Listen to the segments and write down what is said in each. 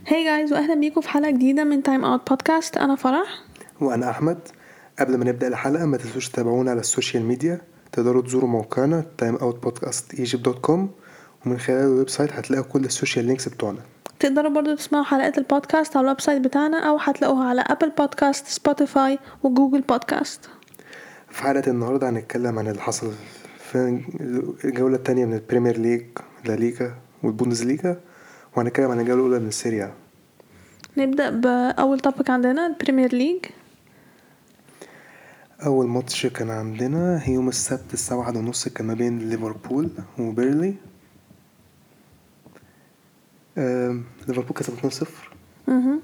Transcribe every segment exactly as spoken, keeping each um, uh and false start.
هاي جايز واهلا بيكم في حلقه جديده من تايم اوت بودكاست. انا فرح وانا احمد. قبل ما نبدا الحلقه ما تنسوش تتابعونا على السوشيال ميديا. تقدروا تزوروا موقعنا تايم اوت بودكاست ايجيبت دوت كوم، ومن خلال الويب سايت هتلاقوا كل السوشيال لينكس بتوعنا. تقدروا برضو تسمعوا حلقات البودكاست على الويب سايت بتاعنا او هتلاقوها على ابل بودكاست، سبوتيفاي وجوجل بودكاست. في حلقه النهارده هنتكلم عن اللي حصل في الجوله الثانيه من البريمير ليج، لا ليغا والبوندس ليغا، وهنتكلم عن الجوله الاولى من السيريا. نبدا باول توبيك عندنا البريمير ليج. اول ماتش كان عندنا يوم السبت الساعه واحدة ونص، كان ما بين ليفربول وبيرلي. ليفربول كسب اتنين صفر. اها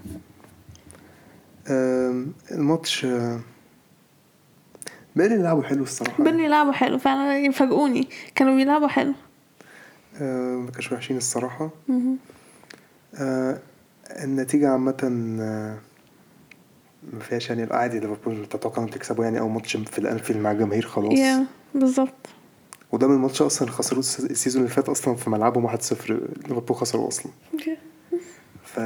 الماتش بيرلي لعبوا حلو الصراحه. بيرلي لعبوا حلو فعلا، يفاجئوني، كانوا بيلعبوا حلو. أه ما كانش وحشين الصراحه. اها أه النتيجه عامه أه ما فيهاش يعني عادي. ليفربول تتوقع انهم تكسبوا يعني اول ماتش في الانفيلد مع الجماهير خلاص. يا بالظبط. وده من الماتش اصلا خسروا السيزون اللي فات اصلا في ملعبهم واحد صفر. ليفربول خسروا اصلا. ف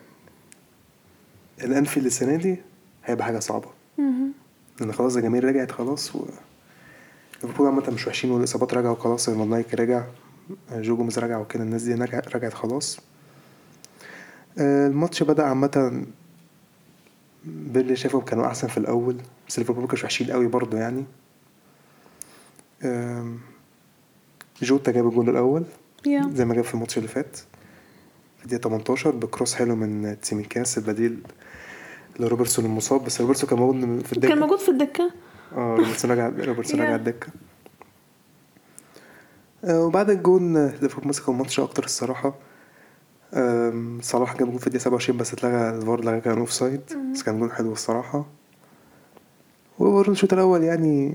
الانفيلد السنه دي هيبقى حاجه صعبه لان خلاص الجماهير رجعت خلاص. و ليفربول عامه مش وحشين والاصابات رجعوا خلاص. فان دايك رجع، جو جوميز رجع، وكده الناس دي رجعت خلاص. الماتش بدأ عامه بيرلي شايفهم كانوا احسن في الاول، بس ليفربول كانوا وحشين قوي برضو يعني. جوتا جاب الجول الاول yeah. زي ما جاب في الماتش اللي فات في الدقيقه تمنتاشر بكروس حلو من تسيميكاس البديل لروبرتسون المصاب. بس روبرتسون كان موجود في الدكه كان موجود في الدكه اه روبرتسون رجع روبرتسون yeah. رجع الدكه. آه وبعد الجون ليفربول مسك الماتش اكتر الصراحه. صلاح جاب جول في الدقيقه سبعة وعشرين بس اتلغى الفار، لغى كان اوف سايد. بس كان جول حلو الصراحه. وبرضه الشوط الاول يعني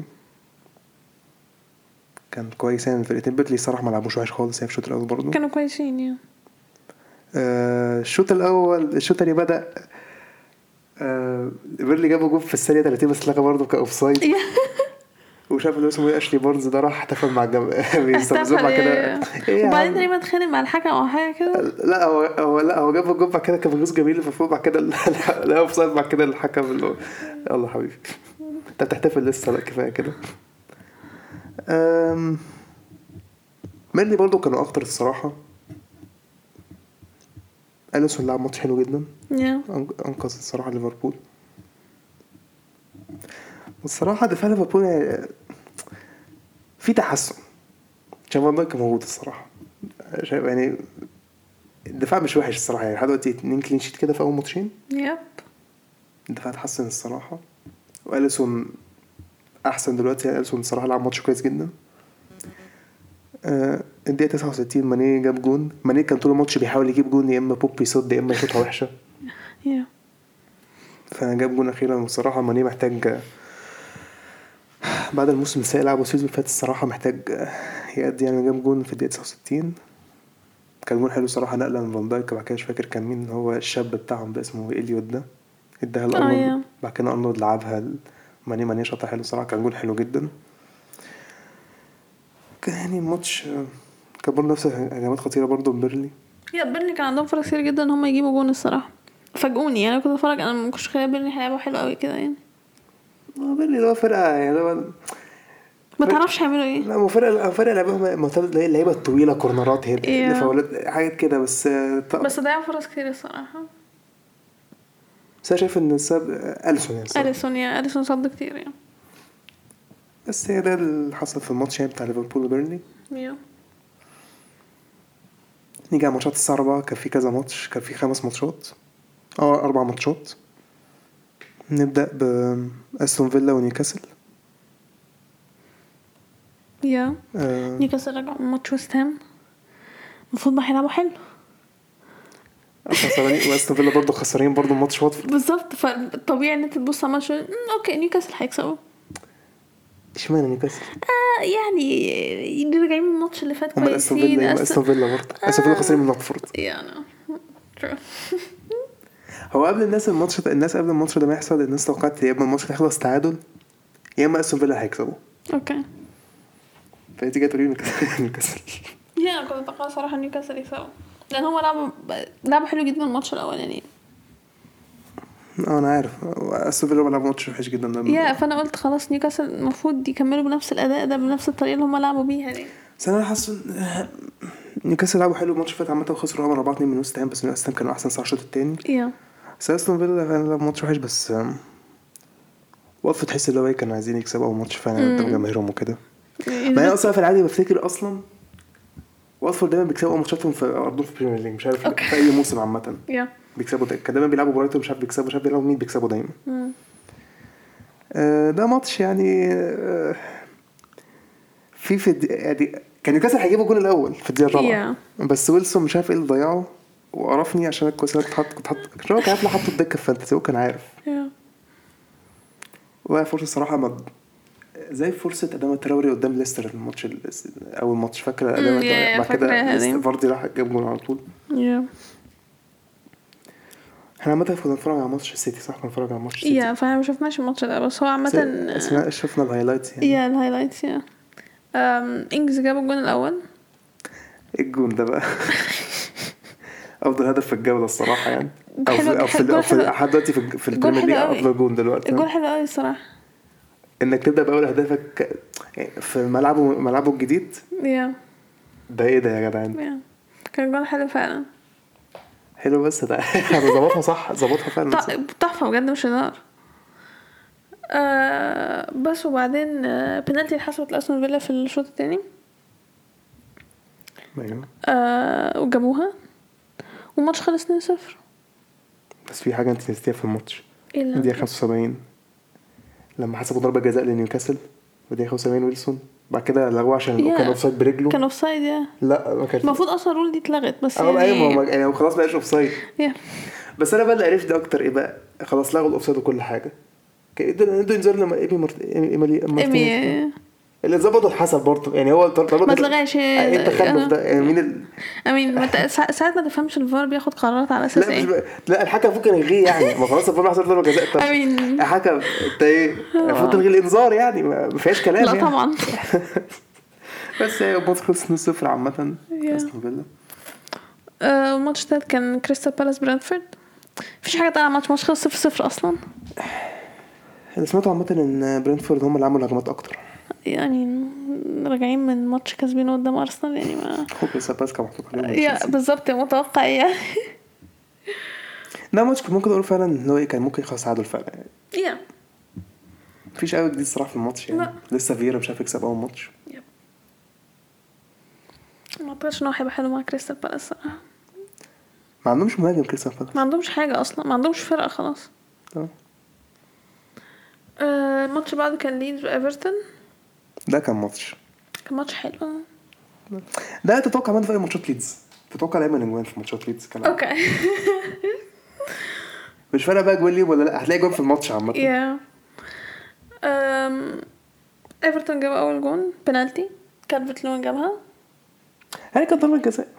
كان كويس يعني. الفرقتين بيرلي صراحه ما لعبوش وحش خالص يعني في الشوط الاول برضه كانوا كويسين يعني. آه الشوط الاول الشوط اللي بدا آه بيرلي جابوا جول في الثانيه ثلاثين بس لغى برضه كاوف سايد. وشاف اللي اسمه اشلي بارنز ده راح احتفل مع الجماعه بيستمزوا مع كده. وبعدين تقريبا اتخانق مع الحكم او حاجه كده. لا هو هو لا هو جاب الجول بعد كده كان جول جميل فوق. بعد كده لا اوف سايد. بعد كده الحكم اللي يلا حبيبي انت بتحتفل لسه؟ لا كفايه كده. امم ميرلي برضو كانوا اكتر الصراحه. أليسون لعب ماتش حلو جدا. yeah. انقذ الصراحه ليفربول. والصراحه دفاع ليفربول في تحسن. شايف فان دايك موجود الصراحه. شايف يعني الدفاع مش وحش الصراحه يعني. لحد دلوقتي اتنين كلين شيت كده في اول ماتشين. يب الدفاع اتحسن الصراحه. وأليسون احسن دلوقتي يعني. أليسون الصراحه لعب ماتش كويس جدا. آه الدقيقه تسعة وستين ماني جاب جون. ماني كان طول الماتش بيحاول يجيب جون، يا اما بوب يصد يا اما يشوطها وحشه. yeah. فجاب جون اخيرا. والصراحه ماني محتاج بعد الموسم السيء لعبه السيزون فات الصراحه محتاج يأدي يعني. جاب جون في الدقيقه تسعة وستين كان جون حلو صراحه. نقله من فان دايك. بعد كده مش فاكر كان مين هو الشاب بتاعهم ده اسمه إليوت ده اداها لأرنولد. oh, yeah. بعد كده أرنولد لعبها ماني. ماني شاطها حلو صراحه. كان جون حلو جدا. كان يعني الماتش كان برضه نفس هجمات خطيره برضه بيرلي. يا بيرلي كان عندهم فرص كتير جدا ان هم يجيبوا جون الصراحه. فاجئوني يعني. كنت اتفرج انا ما كنتش خايف بيرلي هيلعبوا حلو قوي كده يعني. ما بيرلي ده فرقه يعني ده ما تعرفش يعملوا ايه. لا مو فرقه فرقه لعبهم معتمد اللعيبه الطويله كورنرات هي yeah. فاولات حاجات كده. بس طب. بس ضيعوا فرص كتير الصراحه. بس انا شايف ان السبب أليسون يعني. أليسون يا أليسون صد كتير يعني. بس هي ده اللي حصل في الماتش يعني بتاع ليفربول وبيرنلي. yeah. نيجي على ماتشات الساعه أربعة. كان في كذا ماتش. كان في خمس ماتشات اه اربع ماتشات. نبدا باستون فيلا ونيوكاسل. يا yeah. آه. نيوكاسل رجعوا من ماتش ويست هام. المفروض ما هيلعبوا حلو. خسرانين. واستون فيلا برضه خسرانين برضه ماتش واتفورد. بالظبط. فطبيعي ان انت تبص على ماتش اوكي نيوكاسل هيكسبوا. اشمعنى نيوكاسل؟ آه يعني اللي راجعين من الماتش اللي فات كويسين. استون فيلا أس... استون فيلا برضه آه. استون فيلا خسرانين من واتفورد يعني هو قبل الناس الماتش الناس قبل الماتش ده ما يحصل الناس توقعت يا اما الماتش هيخلص تعادل يا اما استون فيلا هيكسبوا. اوكي فانت جاي تقولي نيوكاسل. يا كنت اتوقع صراحه نيوكاسل يكسبوا. لان هم لعبوا لعبوا حلو جدا الماتش الاول يعني. اه انا عارف استون فيلا لعبوا ماتش وحش جدا ده. يا فانا قلت خلاص نيوكاسل المفروض يكملوا بنفس الاداء ده بنفس الطريقه اللي هم لعبوا بيها دي. بس انا حاسس ان نيوكاسل لعبوا حلو الماتش فات عامه وخسروا اول أربعة اتنين من وست هام، بس وست هام كانوا احسن صح الشوط الثاني. يا بس استون فيلا فعلا لعبوا ماتش وحش، بس وقفوا تحس ان هو كانوا عايزين يكسبوا اول ماتش فعلا قدام جماهيرهم وكده. ما انا اصلا في العادي بفتكر اصلا واتفورد دايما بيكسبوا اول ماتشاتهم في ارضهم في البريمير ليج، مش عارف في اي موسم عامه يا بيكسبوا. كان دايما بيلعبوا برايتون مش عارف بيكسبوا، مش عارف بيلعبوا مين بيكسبوا دايما. آه ده ماتش يعني آه في في يعني كان نيوكاسل هيجيبوا الجول الاول في الدقيقه الرابعه Yeah. بس ويلسون مش عارف ايه اللي ضيعه وقرفني عشان الكويس كنت حاطط كنت حاطط كان هو كان عارف حاطه الدكه في فانتسي وكان عارف. Yeah. وهي فرصه صراحه ما زي فرصه ادام تراوري قدام ليستر الماتش ال- اول ماتش فاكره ادام Mm, yeah, بعد فاكرة كده هذه. ليستر فاردي راح جاب جول على طول. يا احنا عامه كنا بنتفرج على ماتش السيتي صح؟ كنا بنتفرج على ماتش السيتي. يا فاهم شفناش الماتش ده بس هو عامه اسمع شفنا الهايلايتس يعني. يا الهايلايتس يا ام انجز جابوا الجون الاول. الجون ده بقى افضل هدف في الجوله الصراحه يعني او حلو- في او في, حلو- أو في حلو. لحد دلوقتي في في الجون البريمير ليج حلو قوي. افضل جون دلوقتي. الجول حلو قوي الصراحه. انك تبدا باول اهدافك في ملعبه ملعبه الجديد يا ده ايه ده يا جدعان؟ يا كان جول حلو فعلا. حلو بس ده انا ظبطها صح ظبطها فعلا صح. ط- تحفه بجد مش هزار. آه بس وبعدين آه بنالتي اتحسبت لاستون فيلا في الشوط الثاني. ايوه آه وجابوها والماتش خلص اتنين صفر. بس في حاجه انت نسيتيها في الماتش ايه اللي الدقيقه خمسة وسبعين لما حسبوا ضربه جزاء لنيوكاسل والدقيقه خمسة وسبعين ويلسون بعد كده لغوه عشان Yeah. كان اوفسايد برجله. كان اوفسايد يا لا ما كانش المفروض اصلا الرول دي اتلغت بس اه ايوه يعني ما هو- يعني هو خلاص بقاش اوفسايد. يا بس انا بقى اللي عرفت اكتر ايه بقى خلاص لغوا الاوفسايد وكل حاجه كده ندوا ينزل لما ايمي مرت... ايمي مارتينيز ايمي اللي ظبطوا الحسب برضه يعني هو طالما ما كده- اتلغاش ايه التخلف ده يعني مين ال... امين ما ت- سا- ساعات ما تفهمش الفار بياخد قرارات على اساس لا مش ايه. ب... لا الحكم ممكن يلغيه يعني ما خلاص الفار حصل ضربه جزاء طب امين الحكم انت ايه المفروض تلغي الانذار يعني ما ما فيهاش كلام لا يعني. طبعا. بس هي الماتش خلص اتنين صفر عامه Yeah. استون فيلا. آه، الماتش التالت كان كريستال بالاس برانفورد. مفيش حاجه طالعه ماتش ماتش خلص صفر صفر اصلا اللي سمعته عامه ان برينتفورد هم اللي عملوا هجمات اكتر. يعني راجعين من ماتش كاسبين قدام ارسنال يعني ما هو كريستال بالاس كان محطوط عليهم يا بالظبط متوقع يعني. ده ماتش كان ممكن اقول فعلا ان هو كان ممكن يخلص تعادل فعلا يعني. يا مفيش قوي جديد صراحه في الماتش يعني لا. لسه فيرا مش عارف يكسب اول ماتش. ما اعتقدش ان هو هيبقى حلو مع كريستال بالاس صراحه. ما عندهمش مهاجم كريستال بالاس. ما عندهمش حاجه اصلا ما عندهمش فرقه خلاص. اه آه، الماتش بعده كان ليدز وايفرتون. ده كان ماتش كان ماتش حلو. ده تتوقع من في اي ماتشات ليدز تتوقع دايما اجوان في ماتشات ليدز كان اوكي. مش فارقه بقى جوان ليه ولا لا هتلاقي جون في الماتش عامه. يا ام ايفرتون جاب اول جون بنالتي كالفرت لوين جابها. هل كان ضربه جزاء؟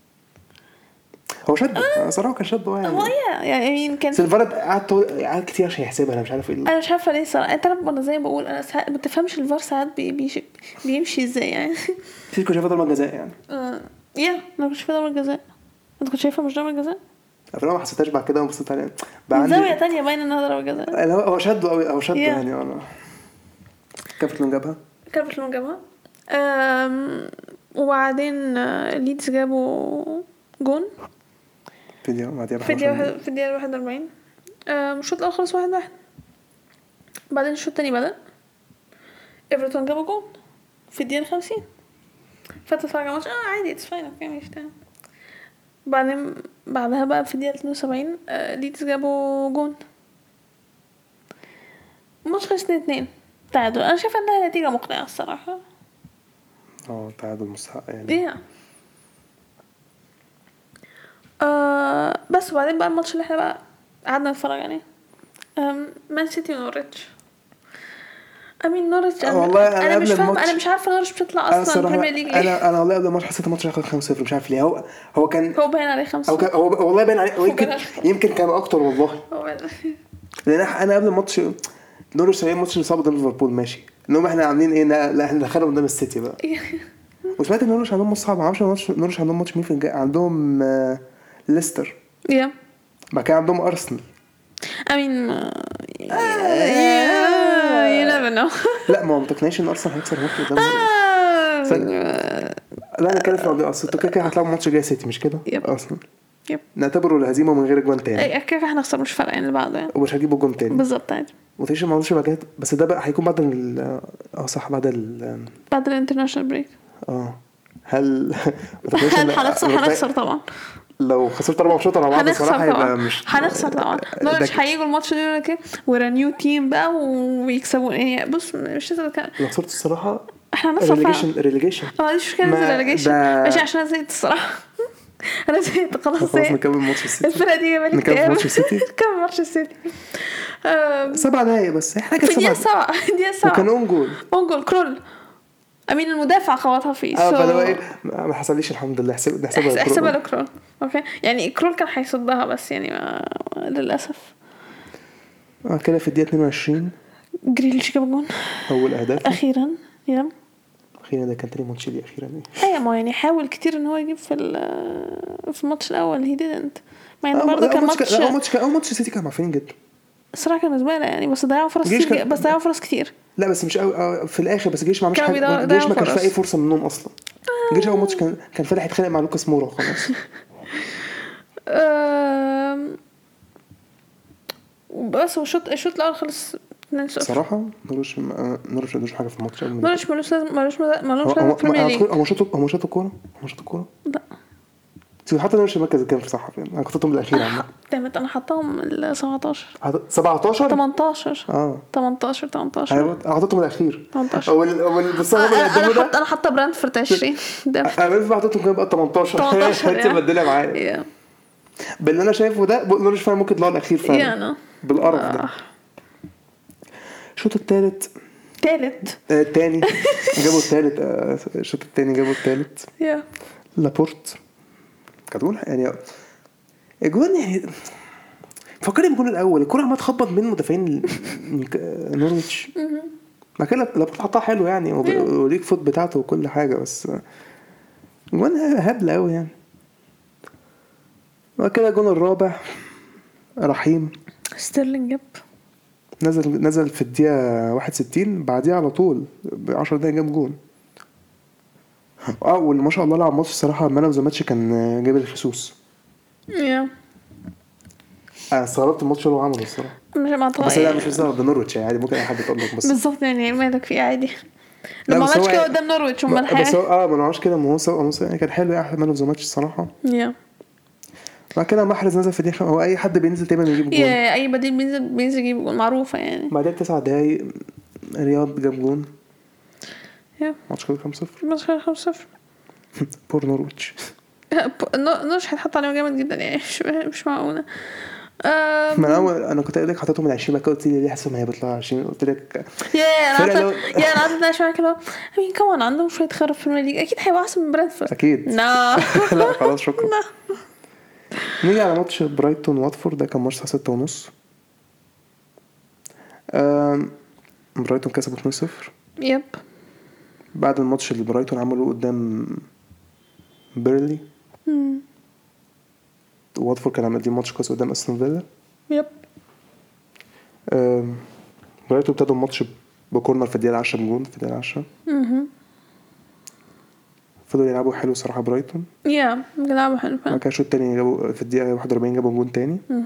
هو شد آه. صراحه كان شد هو يعني يا يعني كان سيلفارد قعد طول- قعد كتير عشان يحسبها انا مش عارف ايه اللي- انا مش عارفه ليه صراحه. انت عارف انا زي ما بقول انا ساعات ما تفهمش الفار ساعات بي بيش بيمشي ازاي يعني. كنت شايفه ضربه جزاء يعني. آه، يا انا كنت شايفه ضربه جزاء. انت كنت شايفه مش ضربه جزاء انا ما حسيتهاش بعد كده وبصيت عليه بقى من زاويه عندي تانية باين انها ضربه جزاء. لا، هو هو شده قوي هو شده Yeah. يعني انا كيف لون جابها. كالفرت لوين جابها. أم، وبعدين آه، ليدز جابوا جون فيديو بعديها في الدقيقة واحد- في الدقيقة واحد وأربعين. أم، الشوط الأول خلص واحد واحد. بعدين الشوط التاني بدأ ايفرتون جابوا جون في الدقيقة خمسين. فتتفرج على الماتش اه عادي اتس فاين اوكي مش تمام. بعدين بعدها بقى في الدقيقة اتنين وسبعين آه، ليدز جابوا جون. الماتش خلص اتنين اتنين تعادل. انا شايفه انها نتيجة مقنعة الصراحة. اه تعادل مستحق يعني. ايه آه بس وبعدين بقى الماتش اللي احنا بقى قعدنا نتفرج عليه أم، مان سيتي ونوريتش. امين نوريتش آه والله أنا انا قبل مش فاهمه الماتش- انا مش عارفه نوريتش بتطلع انا اصلا الصراحه بريمير ليج ليه. انا انا والله قبل الماتش حسيت الماتش هيخلص خمسة صفر مش عارف ليه. هو هو كان هو باين عليه خمسة. هو كان هو والله باين عليه هو يمكن باين عليه. يمكن كان اكتر والله هو باين عليه. لان انا قبل الماتش نوريتش هي الماتش اللي صعب قدام ليفربول ماشي انهم احنا عاملين ايه لا لا، احنا دخلنا قدام السيتي بقى وسمعت ان نورwich عندهم ماتش صعب، ما اعرفش نورwich عندهم ماتش مين في الجاي. عندهم آه، ليستر، يا بعد كده عندهم ارسنال. I mean uh, you never know. لا ما متقنعش ان ارسنال هيكسر ماتش قدام نورwich. لا انا كده في موضوع اصل انتوا كده كده هتلعبوا ماتش جاي سيتي مش كده؟ يب. ارسنال يب نعتبره الهزيمه من غير جوان تاني، اي كده هنخسر مش فارقه يعني اللي بعده يعني ومش هجيبوا جون تاني بالظبط عادي. وتعيش الماتش بعد، بس ده بقى هيكون بعد ال اه صح بعد ال بعد الانترناشونال بريك. اه هل هل هنخسر؟ هنخسر طبعا. لو خسرت اربع ماتشات ورا بعض الصراحه يبقى مش هنخسر طبعا. نورwich هييجوا الماتش ده يقول لك ورا نيو تيم بقى ويكسبوا يعني. بص مش لازم لو خسرت الصراحه احنا هنخسر ريليجيشن ريليجيشن اه دي مش كده ريليجيشن ماشي عشان انا زهقت الصراحه. انا زهقت خلاص. خلاص نكمل ماتش السيتي. الفرقه دي مالك نكمل ماتش السيتي. نكمل ماتش السيتي. سبع دقايق بس احنا كده سبعة سبعة دي سبعة وكان اون جول اون جول كرول امين المدافع خبطها فيه. اه فلو ايه ما حصليش الحمد لله. حسب نحسبها حسبها لكرول اوكي يعني كرول كان هيصدها بس يعني ما... للاسف. اه كده في الدقيقه اتنين وعشرين جريليش جاب جون اول اهداف اخيرا. يا اخيرا ده كان تاني ماتش لي اخيرا ايه ايوه ما يعني حاول كتير ان هو يجيب في في الماتش الاول هي didn't ما يعني برضه كان ماتش اول ماتش اول ماتش سيتي كان معفنين جدا الصراحه كان زباله يعني بس ضيعوا فرص كتير بس ضيعوا فرص كتير لا بس مش أو في الاخر بس جيش ما عملش حاجه. جيش ما كانش في اي فرصه منهم اصلا. جيش اول ماتش كان كان فاتح يتخانق مع لوكاس مورا خلاص. بس الشوط الشوط الاول خلص اتنين صفر صراحه نورwich نورwich مش حاجه في الماتش. نورwich ملوش لازم ملوش ملوش لازم في البريمير ليج. هو شاط هو شاط الكوره هو شاط الكوره لا حتى مش مركز كام في صح يعني. انا كنتهم بالاخير عامه تمت انا حطهم ال سبعتاشر سبعتاشر تمنتاشر اه تمنتاشر تمنتاشر انا حطيتهم الاخير تمنتاشر اول اول بس انا حط انا حاطه برانتفورد عشرين ده انا حطيتهم كام بقى تمنتاشر. انت مبدله معايا باللي انا شايفه ده نورwich فعلا ممكن يطلعوا الاخير فعلا بالقرف ده. الشوط الثالث ثالث الثاني جابوا الثالث الشوط الثاني جابوا الثالث يا لابورت كدول يعني الجون يعني فكرني بالجون الاول الكره عماله تخبط من مدافعين نورwich ما كان لابورت حطها حلو يعني وليك فوت بتاعته وكل حاجه بس الجون هبل قوي يعني. وكده الجون الرابع رحيم ستيرلينج جاب نزل نزل في الدقيقه واحد وستين بعديها على طول ب عشر دقايق جاب جون. اه وما شاء الله لعب ماتش الصراحه. مان اوف ذا ماتش كان جابريل خيسوس. يا انا استغربت الماتش اللي هو عمله الصراحه مش ما طلع بس لا مش مستغرب ده نورwich يعني عادي ممكن اي حد يقول لك بس بالظبط يعني مالك فيه عادي لما عملش كده قدام نورwich وما الحاجه بس اه ما نعرفش كده ما هو سو يعني كان حلو يعني مان اوف ذا ماتش الصراحه. يا بعد كده محرز نزل في دي هو اي حد بينزل تقريبا يجيب جون. يا اي بديل بينزل بينزل يجيب جون معروفه يعني. بعدين تسع دقايق رياض جاب جون. يا ماتش كده خمسة صفر ماتش كده خمسة صفر بور نورwich نورwich هيتحط عليهم جامد جدا يعني مش مش معقوله. من اول انا كنت قايل لك حطيته من عشرين بقى قلت لي ليه حاسس ما هي بيطلع عشرين قلت لك يا انا لو... يا انا قعدت اشوف كده مين كمان عندهم شويه خرف في المليج اكيد هيبقى احسن من برانتفورد اكيد لا لا خلاص شكرا. نيجي على ماتش برايتون واتفورد ده كان ماتش الساعه ستة ونص. امم برايتون كسبوا اتنين صفر. يب بعد الماتش اللي برايتون عملوه قدام بيرلي امم واتفورد كان عامل دي ماتش كويس قدام استون فيلا. يب امم برايتون ابتدوا الماتش بكورنر في الدقيقه عشرة بجون في الدقيقه عشرة. اها فضلوا يلعبوا حلو صراحه برايتون. يا بيلعبوا حلو ما كانش الشوط الثاني جابوا في الدقيقه واحد وأربعين جابوا جون تاني. اها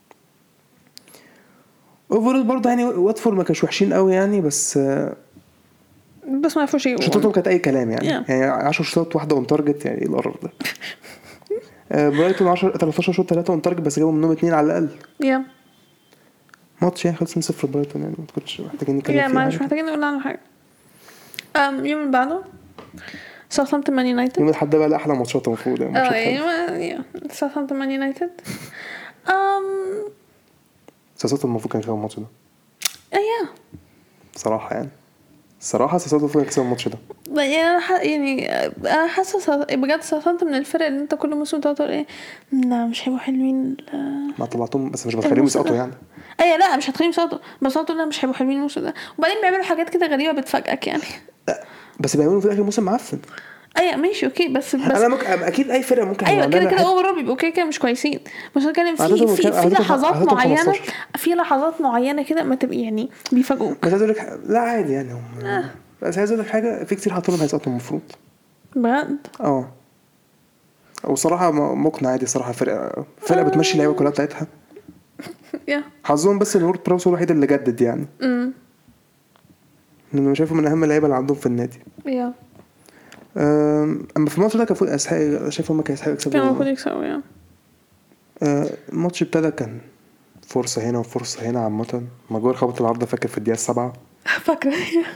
اوفرول برضه يعني واتفورد ما كانش وحشين قوي يعني بس بس ما يفوش يجيبوا شوطاتهم كانت اي كلام يعني yeah. يعني عشر شوطات واحده اون تارجت يعني ايه القرف ده. برايتون عشرة تلتاشر شوط ثلاثة اون تارجت بس جابوا منهم اثنين على الاقل. يا ماتش يعني خلص صفر برايتون يعني ما كنتش محتاجين نتكلم فيه. ما مش محتاجين نقول عنه حاجه. ام يوم اللي بعده ساوثهامبتون مان يونايتد. يوم الحد بقى احلى ماتشات المفروض يعني اه ايوه ساوثهامبتون مان يونايتد. ام ساوثهامبتون المفروض كان يكسب الماتش ده. ايوه صراحه يعني الصراحه ساوثهامبتون كان يكسب الماتش ده. يعني انا ح... يعني انا حاسه بجد ساوثهامبتون من الفرق اللي انت كل موسم تقول ايه لا مش هيبقوا حلوين ما طلعتهم بس مش بتخليهم يسقطوا يعني. ايوه لا مش هتخليهم يسقطوا بس تقول لا مش هيبقوا حلوين الموسم ده وبعدين بيعملوا حاجات كده غريبه بتفاجئك يعني. لا بس بيعملوا في اخر موسم معفن. ايوه ماشي اوكي بس بس انا ممكن اكيد اي فرقه ممكن ايوه كده عندنا كده حت- اوفر بيبقوا كده كده مش كويسين. مش هنتكلم في عددهم في كام؟ في عددهم- لحظات عددهم معينه، خمستاشر. في لحظات معينه كده ما تبقى يعني بيفاجئوك. بس عايز اقول لك لا عادي يعني هم آه. بس عايز اقول لك حاجه، في كتير حاطين لهم هيسقطوا المفروض. بجد اه وصراحه م- مقنع عادي صراحه. فرقه فرقه بتمشي اللعيبه كلها بتاعتها. يا حظهم بس ان وورد براوس هو الوحيد اللي جدد يعني، امم لانه شايفه من اهم اللعيبه اللي عندهم في النادي. يا أم، اما في الماتش ده كان المفروض يستحق، شايف هم كانوا يستحقوا كان المفروض يكسبوا. يكسبوا يا أه، الماتش ابتدى كان فرصه هنا وفرصه هنا عامه. ماجوار خبط العارضه فاكر في الدقيقه السابعه. فاكره.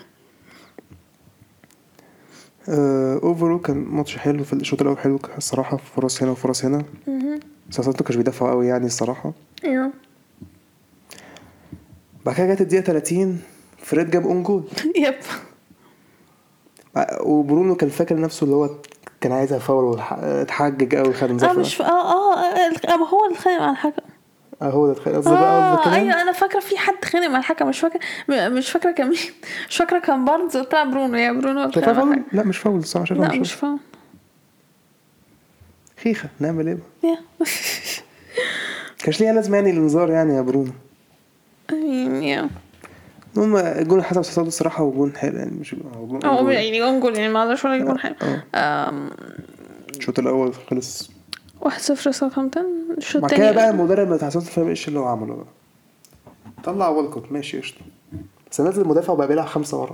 اوفرول كان ماتش حلو في الشوط الاول، حلو الصراحه، فرص هنا وفرص هنا. اها ساسانتو كانش بيدافعوا قوي يعني الصراحه. ايوه بعد كده جت الدقيقه تلاتين فريد جاب اون جول، يب وبرونو كان فاكر نفسه اللي هو كان عايز يفاول واتحجج قوي خد اه انذار. مش ف... اه اه اه ما هو اللي اتخانق مع الحكم. اه هو ده قصدي بقى قصدي اه كده. ايوه انا فاكره في حد خانق مع الحكم، مش فاكره م- مش فاكره كان مين. مش فاكره كان بارنز بتاع برونو يا برونو ده اتخانق مع فاول؟ الحكم. لا مش فاول الصراحه، شايفها لا مش مش فاول. فاهم خيخه نعمل ايه بقى؟ يا كانش ليها لازمه يعني الانذار يعني يا برونو. امين يا المهم الجون اللي حسب ساسادو الصراحه وجون حلو يعني، مش هو جون اه جول. يعني جون جول يعني ما اقدرش ولا يكون حاجه. اه امم الشوط الاول خلص واحد صفر ساوثهامبتون. الشوط بعد كده الثاني بقى المدرب بتاع ساسادو ايش اللي هو عمله بقى، طلع والكوت ماشي قشطه، بس نزل المدافع وبقى بيلعب خمسه ورا.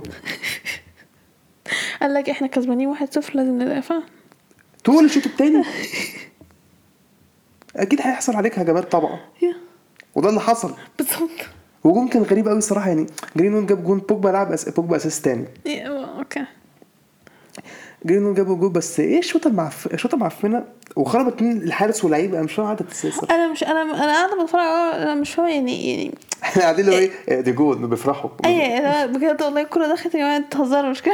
قال لك احنا كسبانين واحد صفر لازم ندافع طول الشوط التاني. اكيد هيحصل عليك هجمات طبعا، يا وده اللي حصل. بالظبط. وجون كان غريب قوي الصراحه يعني. جرينون جاب جون، بوجبا لعب أس... بوجبا اساس تاني. يا اوكي جرينون جاب جون بس ايه الشوطه المعف... الشوطه معفنه وخربت اتنين الحارس واللعيبه. انا مش فاهم عدد السياسه. انا مش انا انا قاعده بتفرج انا مش فاهمه يعني يعني احنا قاعدين اللي هو ايه دي جول بيفرحوا. اي لا بجد والله الكوره دخلت يا جماعه تهزروا مش كده.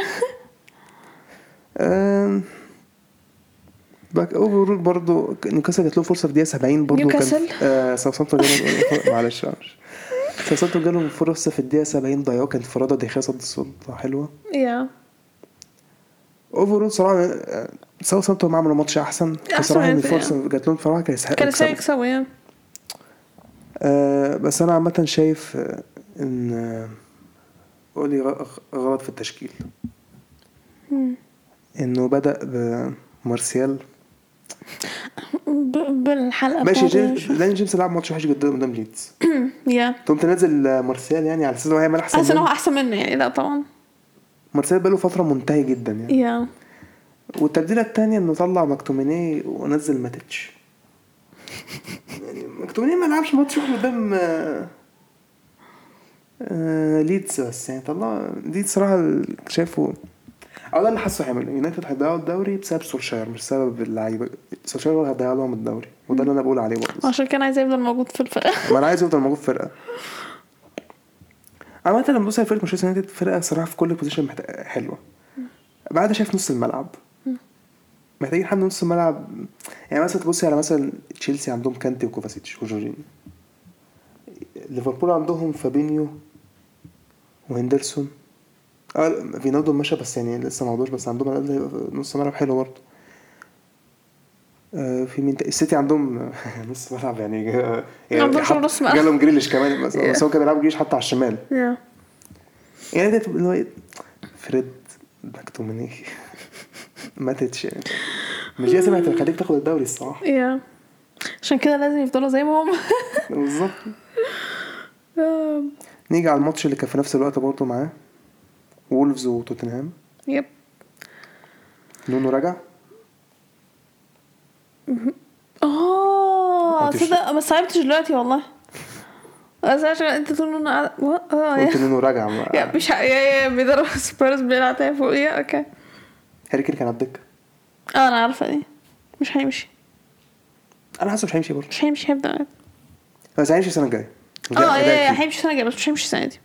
امم باك اوفرول برضو نيوكاسل جات له فرصه في الدقيقه سبعين برضو. نيوكاسل؟ كان آه ساوثهامبتون جاله معلش معلش ساوثهامبتون جاله فرصه في الدقيقه سبعين ضيعوا، كانت انفراده دي صد صد حلوه. يا اوفرول صراحه ساوثهامبتون عملوا ماتش احسن بصراحه. ان الفرصه جات لهم بصراحه كان يستحقوا كان يكسبوا. يكسبوا يا آه بس انا عامه شايف آه ان آه قولي غ- غلط في التشكيل. انه بدا بمارسيال ب- بالحلقه ماشي. بتاعته جيمس لان جيمس لعب ماتش وحش جدا قدام ليدز. يا تقوم تنزل مارسيال يعني على اساس انه هيعمل احسن حاسه انه منه. هو احسن منه يعني. لا طبعا مارسيال بقاله فتره منتهي جدا يعني. يا والتبديله الثانيه انه طلع مكتوميني ونزل ماتيتش. يعني مكتوميني ما لعبش ماتش واحد قدام آه، آه، ليدز بس يعني طلع دي صراحه شايفه او ده اللي حاسه هيعمل. يونايتد هيضيعوا الدوري بسبب سولشاير مش سبب اللعيبه. سولشاير هو هيضيع لهم الدوري وده اللي انا بقول عليه برضه. عشان كان عايز يفضل موجود في الفرقه. ما انا عايز يفضل موجود في فرقه. عامه لما ببص على فرقه مانشستر يونايتد فرقه صراحه في كل بوزيشن محت... حلوه. بعد شايف نص الملعب محتاجين حد نص الملعب. يعني مثلا تبصي على مثلا تشيلسي عندهم كانتي وكوفاسيتش وجورجينيو. ليفربول عندهم فابينيو وهندرسون. اه فينالدو مشى بس يعني لسه ما عودوش، بس عندهم على الأقل نص ملعب حلو برضه. آه في مين السيتي عندهم نص ملعب يعني جا- عندهم شغل نص ملعب. جالهم جريليش كمان بس بس هو كان بيلعب جريليش حتى على الشمال. يا يعني ده اللي هو إيه؟ فريد مكتوميني ماتتش يعني. مش دي سمعت خليك تاخد الدوري الصراحه. يا عشان كده لازم يفضلوا زي ما هم. بالظبط. نيجي على الماتش اللي كان في نفس الوقت برضه معاه وولفز وتوتنهام. يب نونو رجع. اه قلتش- تصدق ما صعبتش دلوقتي والله. بس عشان انت تقول انه اه قلت يا نونو رجع. يا مش ح- يا يا بيضرب سبيرز بيلعب تاني فوق. يا اوكي هاري كين كان على الدكه. اه انا عارفه دي. مش هيمشي انا حاسه مش هيمشي برضه. مش هيمشي هيبدأ. بس هيمشي السنه الجايه. اه يا يا هيمشي السنه الجايه بس مش هيمشي السنه دي.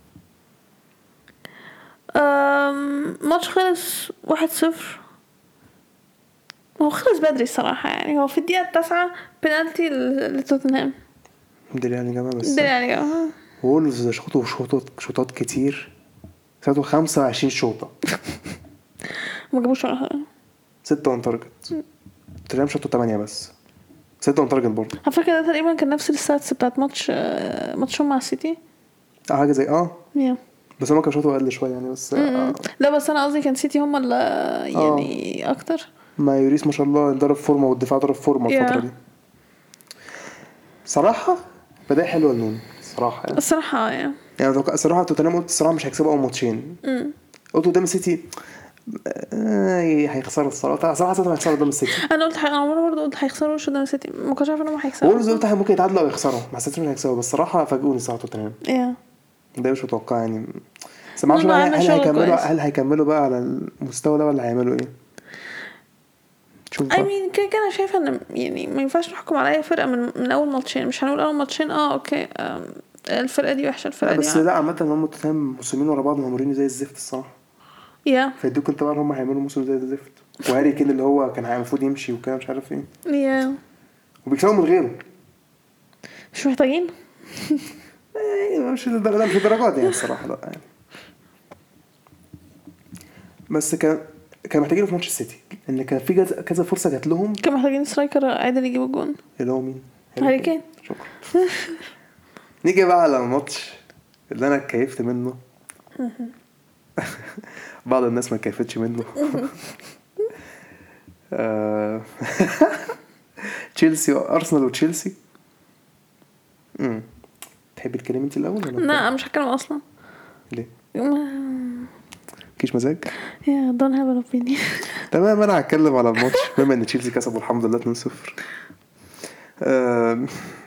أم ماتش خلص واحد صفر. هو خلص بدري الصراحة يعني. هو في الدقيقة التاسعة بنالتي لتوتنهام. دي يعني جماعه بس ده يعني جماعة. وولفز شوطوا شوطات شوطات كتير. خدوا خمسة وعشرين شوطه. ما جابوش ولا حاجة. ستة اون تارجت. توتنهام شاطوا تمانية بس، ستة اون تارجت برضه. على فكره ده تقريبا كان نفس الستاتس بتاعت ماتش آه، ماتشهم مع السيتي. اه حاجه زي اه يا بس هم كانوا شاطوا اقل شويه يعني بس آه. لا بس انا قصدي كان سيتي هم اللي يعني اكتر. ما يوريس ما شاء الله ضرب فورمه والدفاع ضرب فورمه الفتره Yeah. دي صراحه. بدايه حلوه لنون صراحه يعني. الصراحه يعني يعني لو صراحه توتنهام قلت الصراحه مش هيكسبوا اول ماتشين. امم قلت قدام السيتي آه هيخسروا الصراحه. صراحه صراحه هيخسروا قدام السيتي. انا قلت حاجه، انا برضه قلت هيخسروا وش قدام السيتي، ما كنتش عارفه انهم هيخسروا. وولز قلت ممكن يتعادلوا او يخسروا، ما حسيتش انهم هيكسبوا، بس صراحه فاجئوني صراحه توتنهام. يا ده مش متوقع يعني. بس ما اعرفش نونو بقى عمل هل شغل هيكملوا كويس. هل هيكملوا بقى على المستوى ده ولا هيعملوا ايه. شوف اي بقى. مين كده كده شايفه ان يعني ما ينفعش نحكم على اي فرقه من من اول ماتشين. مش هنقول اول ماتشين اه اوكي آم، الفرقه دي وحشه الفرقه لا دي بس يعني. لا عامه هم توتنهام موسمين ورا بعض مهمورين زي الزفت الصراحه. يا فيدوك انت بقى هم هيعملوا موسم زي الزفت. وهاري كين اللي هو كان المفروض يمشي وكده مش عارف ايه يا وبيكسبوا من غيره. مش محتاجين. يعني مش الدرجات مش الدرجات يعني الصراحه لا يعني. بس كان كان محتاجين في ماتش السيتي ان كان في كذا كذا فرصه جات لهم. كان محتاجين سترايكر عادل يجيب الجون. اللي هو مين؟ هاري كين. شكرا. نيجي بقى على الماتش اللي انا اتكيفت منه. بعض الناس ما كيفتش منه. آه، تشيلسي ارسنال وتشيلسي. امم تحبي تكلمي انت الاول ولا لا مش هتكلم اصلا. ليه؟ ما- مفيش مزاج. يا دون هاف ان اوبينيون. تمام انا هتكلم على الماتش بما ان تشيلسي كسبوا الحمد لله اتنين صفر. آه،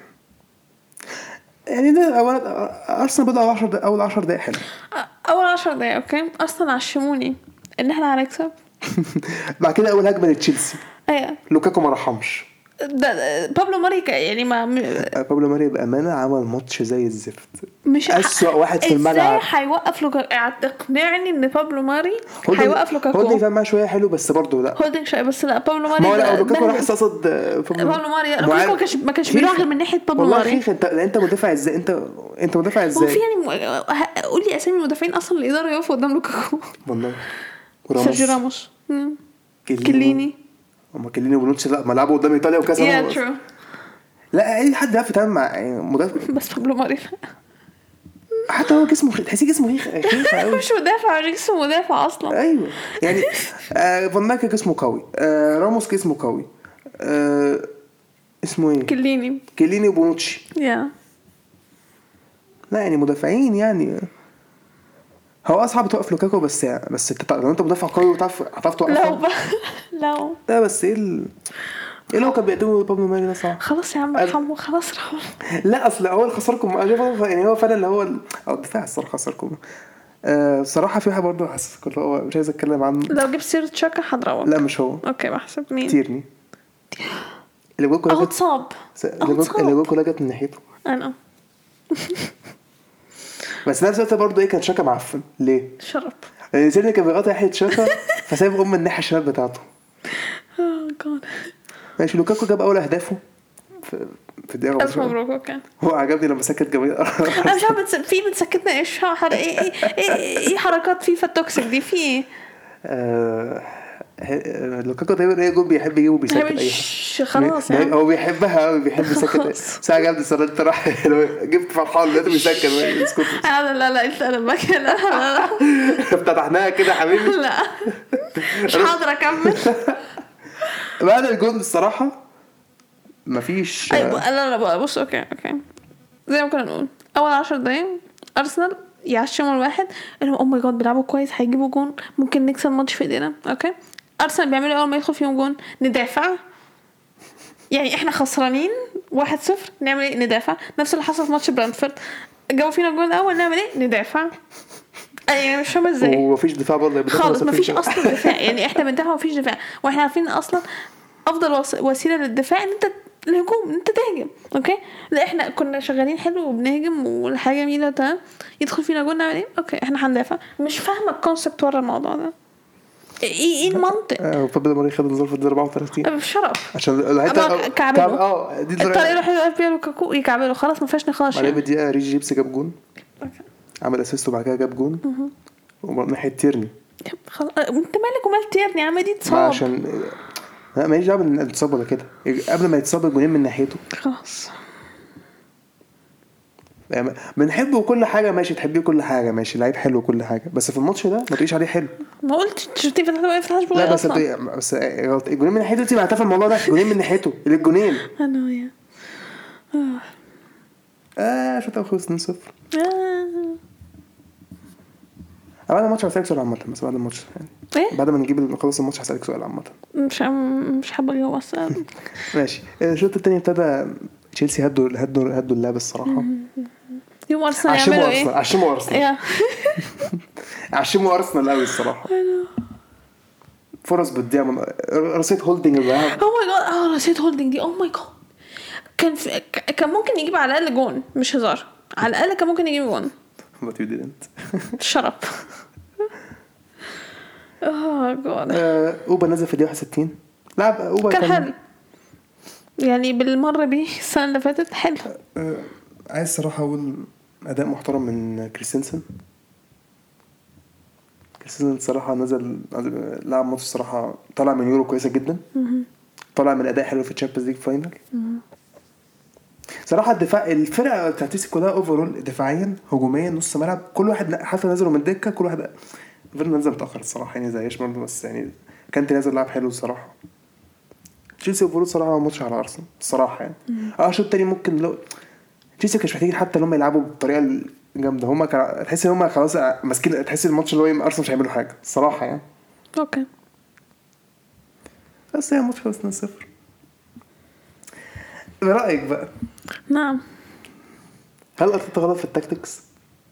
يعني ده اول ارسنال بدا عشرة دقايق اول عشر دقايق حلو. اول عشر دقايق اوكي اصلا عشموني ان احنا هنكسب. بعد كده اول هجمه لتشيلسي ايوه لوكاكو ما رحمش. ده ده- بابلو ماري ك- يعني ما م- آه، بابلو ماري بامانه عمل ماتش زي الزفت. مش أسوأ واحد في الملعب. ازاي هيوقف لوكا؟ تقنعني ان بابلو ماري هولدنج- هيوقف لوكاكو؟ هولدنج فاهم معاه شويه حلو بس برضه لا. هولدنج شويه بس لا بابلو ماري ما هو لا ده- لوكاكو ده- راح قصد بابلو ماري لا، لوكاكو ما كانش ما كانش بيروح غير من ناحيه بابلو والله ماري. خيخ انت انت مدافع ازاي انت انت مدافع هو ازاي في يعني م- ه- قول لي اسامي المدافعين اصلا اللي يقدروا يقفوا قدام لوكاكو. والله سيرجيو راموس مم. كليني كليني هم كليني وبونوتشي لا ملعبه قدام ايطاليا وكاس يا العالم. ترو لا اي حد يعرف يتعامل مع مدافع. بس بابلو ماري حتى هو جسمه تحسيه جسمه خيخ خيخ قوي. مش مدافع جسمه مدافع اصلا. ايوه يعني آه فان دايك جسمه قوي. آه راموس جسمه قوي. آه اسمه ايه كليني كليني وبونوتشي. يا لا يعني مدافعين يعني. هو اصعب توقف لوكاكو بس يعني بس انت لو انت مدافع قوي وتعرف هتعرف لو توقفه. ب... لو لا بس ايه ال... ايه اللي هو كان بيقدمه بابلو ماري ده صح. خلاص يا عم ارحمه خلاص ارحمه. لا اصل هو اللي خسركم يعني هو فعلا اللي هو ال... او الدفاع الصراحه خسركم. آه صراحه في واحد برضه حاسس كل هو مش عايز اتكلم عنه. لو جبت سيرة شاكا هضربك. لا مش هو. اوكي بحسب مين؟ تيرني اللي جوه كلها او جت تصاب اللي جوه اللي جوه كلها جت من ناحيته. انا بس نفس الوقت برضه ايه كان شاكا معفن ليه؟ شرب يعني تيرني كان بيغطي ناحيه شاكا فسايب ام الناحيه الشمال بتاعته. اه جاد ماشي لوكاكو جاب اول اهدافه في في الدقيقه الف مبروك. اوكي هو عجبني لما سكت جميل. انا مش عارفه بتس... في بتسكتنا ايش حر... ايه ايه ايه ايه حركات فيفا التوكسيك دي في ايه؟ آه... لوكاكو دايما ايه جول بيحب يجيبه بيسكت اي حد. مش خلاص يعني هو بيحبها قوي بيحب يسكت. ساعه جامده صار انت راح جبت فرحان لقيته بيسكت اسكت. انا لا لا انت انا المكان لا لا فتحناها كده حبيبي. لا مش قادره اكمل. بعد الجول الصراحه مفيش. ايوه لا لا بص اوكي اوكي زي ما كنا نقول اول عشر دقايق ارسنال يعشموا الواحد اللي او ماي جاد بيلعبوا كويس هيجيبوا جون ممكن نكسب الماتش في ايدينا. اوكي ارسنال بيعملوا اول ما يدخل فيهم جون ندافع. يعني احنا خسرانين واحد صفر نعمل ايه؟ ندافع. نفس اللي حصل في ماتش برانفورد جابوا فينا الجون الاول نعمل ايه؟ ندافع. يعني مش فاهمه ازاي ومفيش دفاع برضه خالص. مفيش اصلا دفاع يعني احنا بندافع مفيش دفاع واحنا عارفين اصلا افضل وس... وسيله للدفاع ان انت الهجوم ان انت تهجم. اوكي لا احنا كنا شغالين حلو وبنهجم والحاجه جميله تمام يدخل فينا جول نعمل ايه؟ اوكي احنا هندافع. مش فاهمه الكونسبت ورا الموضوع ده ايه ايه المنطق. اه وفضل ماري خد الظرف ده أربعة وثلاثين بشرف عشان الحته كعبله اه دي الطريقه اللي راح فيها لوكاكو يكعبله خلاص ما فيهاش نقاش. عليه بدقيقه ريجي جيبس جاب جون عمل اسيست وبعد كده جاب جون ومن ناحيه تيرني خلاص انت مالك ومال تيرني يا عم دي ما تصاب عشان لا ماليش دعوه ان اتصاب ولا كده، قبل ما يتصاب الجونين من ناحيته خلاص. يعني بنحبه وكل حاجه ماشي، تحبيه كل حاجه ماشي، لعيب حلو وكل حاجه، بس في الماتش ده ما تقوليش عليه حلو. ما قلتش شفتي فتحت ما فتحتش بقى لا بس اصلا. بت- بس غلط الجونين من ناحيته، انت معترفه الموضوع ده، الجونين من ناحيته الجونين انا يا اه اه شوط خلص اتنين صفر. آه. بعد الماتش هسألك سؤال عامة، بس بعد الماتش يعني ايه بعد ما نجيب نخلص الماتش هسألك سؤال عامة. مش مش حابه اجاوب اصلا. ماشي. الشوط التاني ابتدى تشيلسي هدوا هدوا هدوا اللعب الصراحة. يوم ارسنال عشموا يعملوا ارسنال ايه عشموا ارسنال يا عشموا ارسنال قوي الصراحة. فرص بتضيع من رصيد هولدنج اللاعب. اوه ماي جاد اه نسيت هولدنج دي. اوه ماي جاد كان في... ك- كان ممكن يجيب على الاقل جون، مش هزار، على الاقل كان ممكن يجيب جون. But you didn't. شرب. اه جاد آه، اوبا نزل في الدقيقة واحد وستين. لعب اوبا كان حلو يعني بالمره بيه السنه اللي فاتت حلو. آه، عايز صراحة اقول اداء محترم من كريستنسن. كريستنسن صراحة نزل لعب ماتش صراحة، طلع من يورو كويسة جدا، طلع من اداء حلو في الشامبيونز ليج فاينل. صراحه الدفاع الفرقه بتاعت تشيلسي كلها اوفرول دفاعيا هجوميا نص ملعب كل واحد حتى نزلوا من الدكه، كل واحد فيرنا نزل متاخر الصراحه يعني زي ايش برضه، بس يعني كانت نازل لعب حلو الصراحه. تشيلسي اوفرول صراحه ماتش على ارسنال الصراحه يعني. اه الشوط الثاني ممكن لو تشيلسي كانش محتاجين حتى ان هم يلعبوا بالطريقه الجامده، هم كان تحس ان هم خلاص ماسكين، تحس الماتش اللي هو ارسنال مش هيعملوا حاجه الصراحه يعني. اوكي بس هي ماتش خلص اتنين صفر. رايك بقى؟ نعم. هل ارتيتا غلط في التاكتكس؟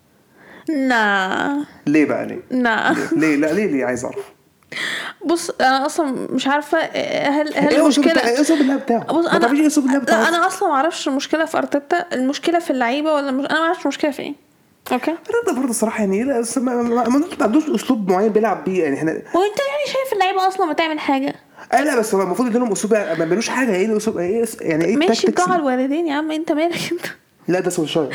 نا ليه بقى ليه؟ نا ليه لا ليه ليه عايز اعرف. بص انا اصلا مش عارفه هل هل ايه المشكله ايه اسلوب اللعب بتاعه؟ بص ما تعرفيش ايه اسلوب اللعب بتاعه؟ لا انا اصلا ما اعرفش المشكله في ارتيتا، المشكله في اللعيبه ولا مش... انا ما اعرفش المشكله في ايه. اوكي ده برضه الصراحه يعني لا ما, ما, ما عندوش اسلوب معين بيلعب بيه يعني احنا. وانت يعني شايف اللعيبه اصلا ما تعمل حاجه؟ اه لا بس هو المفروض يديلهم اسلوب ما بيعملوش حاجه. ايه الاسلوب ايه يعني ايه ماشي التاكتكس؟ بتاع الوالدين يا عم انت مالك انت. لا ده سولشاير.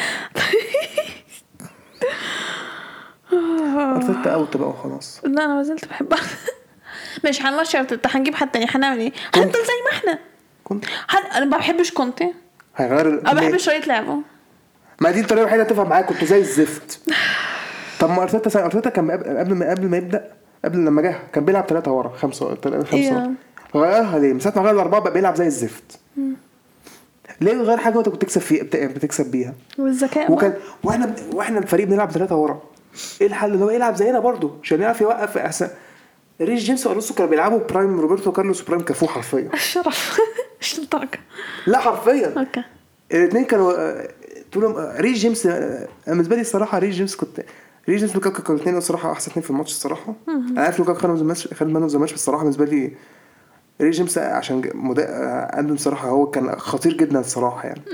ارتيتا اوت بقى وخلاص. لا انا ما زلت بحبها. مش هنمشي ارتيتا، هنجيب حد تاني، هنعمل ايه؟ هنفضل زي ما احنا. كنت حد... انا ما بحبش كونتي، هيغير انا ما بحبش طريقه لعبه. ما دي الطريقه الوحيده تفهم معاك، كنت زي الزفت. طب ما ارتيتا سنة ارتيتا كان قبل ما قبل ما يبدا قبل لما جه كان بيلعب ثلاثة ورا خمسة خمسة yeah. غيرها ليه؟ من ساعه ما غير الاربعه بقى بيلعب زي الزفت. ليه غير حاجه انت كنت تكسب فيه بتكسب بيها والذكاء وكان واحنا واحنا الفريق بنلعب ثلاثة ورا. ايه الحل؟ اللي هو يلعب زينا برضو عشان يعرف يوقف احسن. ريس جيمس والونسو كانوا بيلعبوا برايم روبرتو كارلوس برايم كافو حرفيا. الشرف. مش الدرجه. لا حرفيا اوكي الاثنين كانوا طول ريس جيمس. بالنسبه لي الصراحه ريس جيمس كنت ريس جيمس لوكاكو كانوا الاثنين الصراحه احسن اثنين في الماتش الصراحه. انا عارف لوكاكو خد الماتش خد مان اوف ذا ماتش الصراحه. بالنسبه لي ريس جيمس عشان مدا... عنده الصراحه هو كان خطير جدا الصراحه يعني.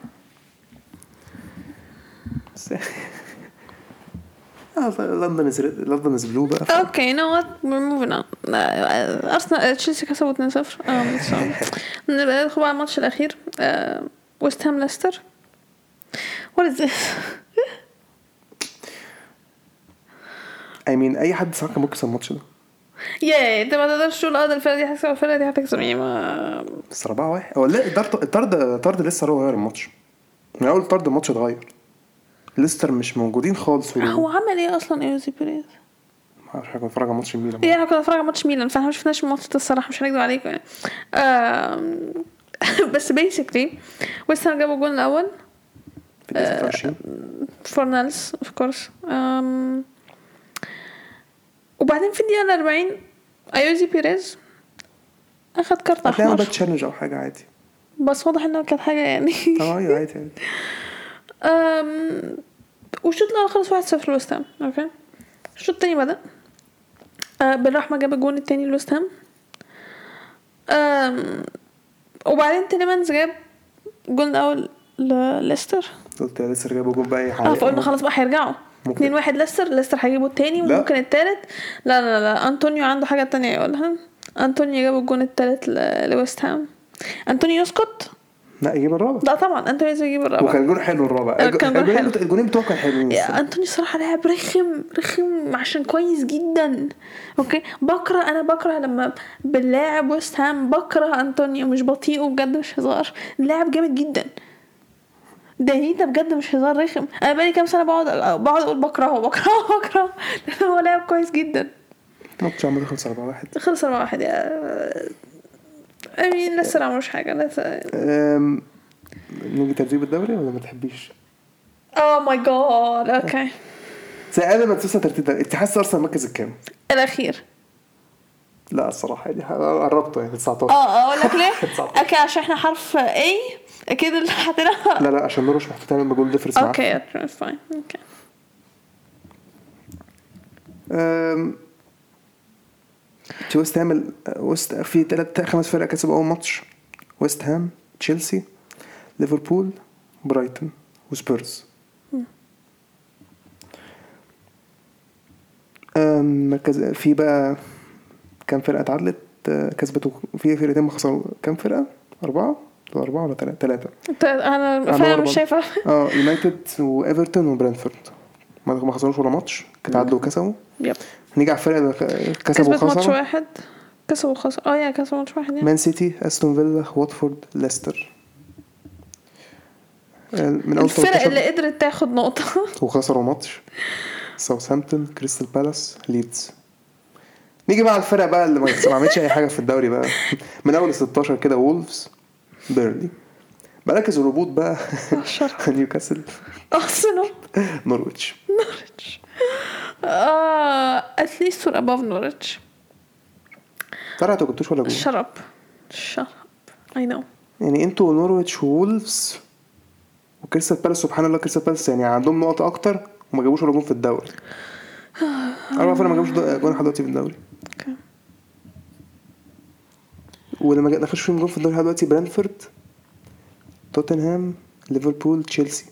لندن از لندن از بلو بقى. اوكي نو وات موفين اون. ارسنال تشيلسي كسبوا اتنين صفر. نبقى ندخل على الماتش الاخير ويست هام ليستر. وات از ذس؟ اي مين اي حد صراحه ممكن يكسب الماتش ده. يا انت ما تقدرش تقول اه الفرقه دي هتكسب الفرقه دي هتكسب ايه ما بس أربعة واحد هو لا الطرد الطرد الطرد لسه هو غير الماتش من اول طرد الماتش اتغير. ليستر مش موجودين خالص. هو عمل ايه اصلا ايوزي بيريز؟ ما اعرفش حاجه. بتفرج على ماتش ميلان يعني انا كنت بتفرج على ماتش ميلان فاحنا ما شفناش الماتش ده الصراحه مش هنكذب عليكم يعني. آه بس بيسكلي ويست هام جابوا الجول الاول في الدقيقه ستة وعشرين فورنالز اوف كورس. وبعدين في الدقيقه أربعين ايوزي بيريز اخذ كارت احمر. هتلاقي تشالنج او حاجه عادي بس واضح انها كانت حاجه يعني اه عادي عادي. امم والشوط الاول خلص واحد صفر لويست هام. اوكي الشوط الثاني بدا آه بالرحمه جاب الجون الثاني لويست هام. امم وبعدين تيليمانز جاب الجون الاول لليستر. قلت يا ليستر جابوا جون باي حاجه اه فقلنا خلاص بقى هيرجعوا اتنين واحد ليستر. ليستر هيجيبوا الثاني وممكن الثالث. لا لا لا انطونيو عنده حاجه تانية يقولها. انطونيو جاب الجون الثالث لويست هام. انطونيو يسقط لا يجيب الرابع. لا طبعا انتوني لازم يجيب الرابع. وكان جون حلو الرابع. كان جون الجونين حلو. بتوع- الجونين بتوعه كان حلوين يا الصراحة. انتوني صراحه لاعب رخم رخم عشان كويس جدا. اوكي بكره انا بكره لما باللاعب ويست هام بكره انتوني مش بطيء بجد مش هزار. اللاعب جامد جدا ده بجد مش هزار رخم. انا بقالي كام سنه بقعد بقعد اقول بكرهه بكرهه بكرهه لأن هو لاعب كويس جدا. ماتش عمل خلص أربعة واحد. خلص أربعة واحد يا امين لسه ما عملوش حاجه لسه. أم... نيجي ترتيب الدوري ولا ما تحبيش؟ اوه ماي جاد اوكي. سأل ما تنسى ترتيب الدوري. انت حاسس ارسنال مركز الكام؟ الاخير. لا الصراحه دي قربته يعني تسعتاشر. اه اقول لك ليه. اوكي عشان احنا حرف اي اكيد اللي حاطينها. لا لا عشان نروش محطوط تعمل بجول ديفرنس معاك. اوكي فاين اوكي. امم ويست هام ويست في ثلاث خمس فرق كسبوا اول ماتش. ويست هام تشيلسي ليفربول برايتون وسبيرز. امم مركز في بقى كام فرقه اتعادلت كسبت في فرقتين ما خسروا. كام فرقه؟ اربعه ولا اربعه ولا ثلاثه ثلاثه انا فعلا مش شايفه. اه يونايتد وايفرتون وبرنتفورد ما خسروش ولا ماتش كتعادلوا وكسبوا. يب. نيجي على الفرقه اللي كسبوا وخسروا. ماتش واحد كسبوا وخسروا. اه يا كسبوا ماتش واحد يعني. مان سيتي استون فيلا واتفورد ليستر. من اول الفرق اللي قدرت تاخد نقطه وخسروا ماتش. ساوثهامبتون كريستال بالاس ليدز. نيجي بقى على الفرق بقى اللي ما عملتش اي حاجه في الدوري بقى. من اول ستاشر كده وولفز بيرلي. مركز الهبوط بقى نيوكاسل ارسنال نورويتش. نوريتش اه اتليست فور اباف نوريتش. ترى انتوا كنتوش ولا جول. شرب شرب اي نو. يعني انتوا نورويتش وولفز وكريستال بالاس سبحان الله كريستال بالاس يعني عندهم نقط اكتر وما جابوش ولا جول في الدوري. اربع فرق ما جابوش جول لحد دلوقتي في الدوري. اوكي. ولما جا دخلش فيهم جول في الدوري لحد دلوقتي برنتفورد توتنهام ليفربول تشيلسي.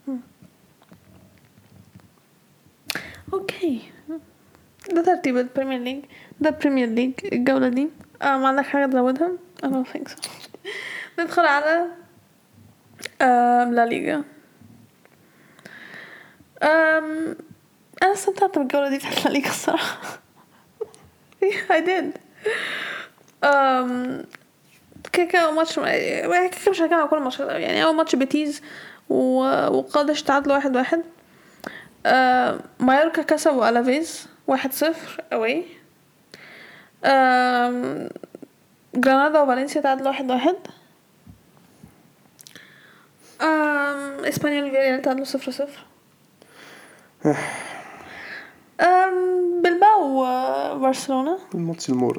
اوكي ده ترتيب البريمير ليج. ده بريمير ليج الجولة دي. اه ما عندك حاجة تزودها؟ I don't think so. ندخل على آم لا ليغا. آم أنا استمتعت بالجولة دي بتاعت لا ليغا الصراحة. I did. آم كيكا أول ماتش كيكا مش هنتكلم على كل ماتش يعني. أول ماتش بيتيز وقادش تعادلوا واحد واحد. آه مايوركا كسبوا ألافيز واحد صفر أوي. آه جرانادا وفالنسيا تعادلوا واحد واحد. آه إسبانيول فياريال تعادلوا صفر صفر. آه بلباو وبرشلونة الماتش المورد.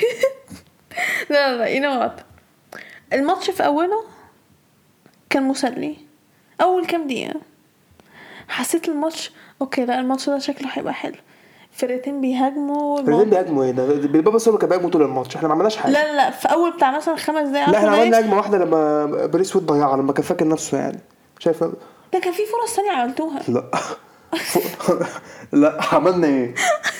لا لا you know what الماتش في أوله كان مسلي. أول كام دقيقة حسيت الماتش اوكي لا الماتش ده شكله هيبقى حلو. فرقتين بيهاجموا فرقتين بيهاجموا ايه ده بالبابا سولو كان بيهاجموا طول الماتش. احنا ما عملناش حاجه. لا لا في اول بتاع مثلا خمس دقايق. لا احنا عملنا هجمه واحده لما بريس وود ضيعها لما كان فاكر نفسه يعني شايف. ده كان في فرص ثانيه عملتوها. لا لا عملنا ايه؟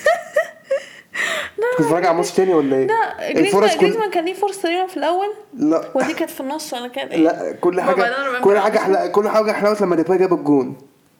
كنت راجع ماتش تاني ولا ايه؟ لا جريزمان جريزمان كان ليه فرصه تقريبا في الاول. لا ودي كانت في النص ولا كانت ايه؟ لا كل حاجه كل حاجه احلى كل حاجه حلاوه لما ديباي جاب الجون.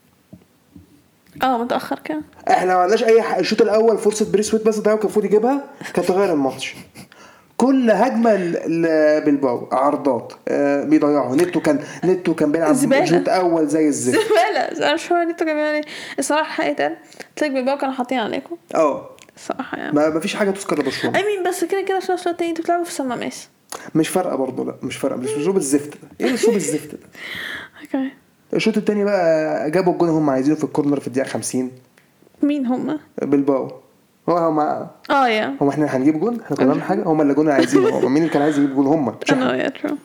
اه متاخر كده. احنا ما عملناش اي حاجه. الشوط الاول فرصه بريس وود بس ضيعوا كان المفروض يجيبها كانت تغير الماتش. كل هجمه بالباو عرضات آه بيضيعوا. نيتو كان نيتو كان بيلعب شوط اول زي الزفت. زباله. انا مش فاهم نيتو كان بيعمل ايه الصراحه. حقيقه تلاقي بالباو كانوا حاطين عليكم. اه الصراحه يعني ما فيش حاجه تذكر لبرشلونه. اي مين بس كده كده في نفس الوقت انتوا بتلعبوا في سماميس. مش فارقه برضه. لا مش فارقه. مش اسلوب الزفت ده. ايه اسلوب الزفت ده؟ اوكي. الشوط الثاني بقى جابوا الجون هم عايزينه في الكورنر في الدقيقه خمسين. مين هم؟ بالباو. هو هم اه يا هم احنا هنجيب جون. احنا كنا بنعمل حاجه. هم اللي جون عايزينه. هم مين اللي كان عايز يجيب جون؟ هم انا يا ترو.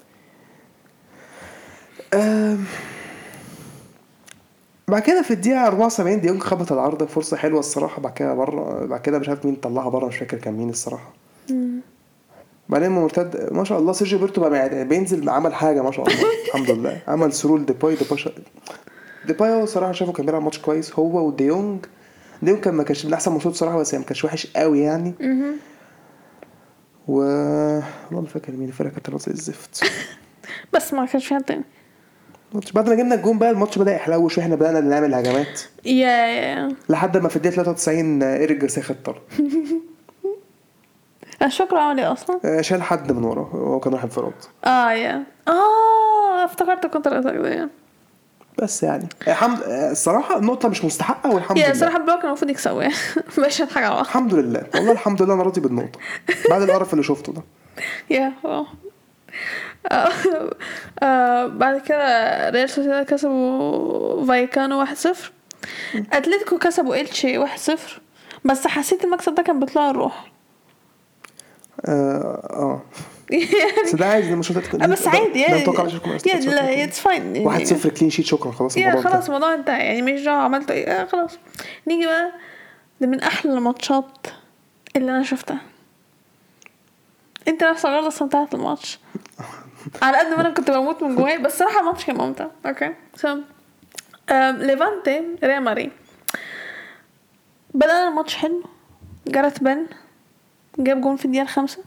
بعد كده في الدقيقه أربعة وسبعين ديونج خبط العارضه فرصه حلوه الصراحه. بعد كده بره بعد كده مش عارف مين طلعها بره. مش فاكر كان مين الصراحه. امم بعدين مرتد ما شاء الله سيرجيو بيرتو بقى بينزل عمل حاجه ما شاء الله. الحمد لله. عمل سرول ديباي ديباي ديباي هو صراحه شافه كان بيلعب ماتش كويس هو وديونج. ديونج كان ما كانش من احسن ماتشات صراحه بس ما كانش وحش قوي يعني. و والله ما فاكر مين الفرقه كانت راسي الزفت. بس ما كانش فيها تاني. الماتش بعد ما جبنا الجون بقى الماتش بدأ يحلوش واحنا بدأنا نعمل هجمات يا يا لحد ما في الدقيقة ثلاثة وتسعين إيريك جارسيا خد طرد. الشكر عمل ايه اصلا؟ آه، شال حد من ورا هو كان راح انفراد. اه يا اه افتكرت كنت الاتاك. بس يعني الحمد الصراحة النقطة مش مستحقة والحمد يا لله. صراحة بلوك كان المفروض يكسبوا مش حاجة واحدة. الحمد لله والله الحمد لله انا راضي بالنقطة بعد القرف اللي شفته ده. يا اه آه، بعد كده ريال سوسيداد كسبوا فايكانو واحد صفر. اتلتيكو كسبوا إلتشي واحد صفر. بس حسيت المكسب ده كان بيطلع الروح. اه اه بس ده عادي مش هتتكلم بس عادي يعني يا لا اتس فاين. واحد صفر كلين شيت شكرا خلاص يا الموضوع خلاص الموضوع انتهى يعني مش جا عملته ايه آه خلاص. نيجي بقى ده من احلى الماتشات اللي انا شفتها. انت نفسك برضه استمتعت الماتش على قد ما انا كنت بموت من جواي بس صراحه الماتش كان ممتع. اوكي سو ليفانتي ريال مدريد بدأنا الماتش حلو. جارث بيل جاب جون في الدقيقه الخامسة.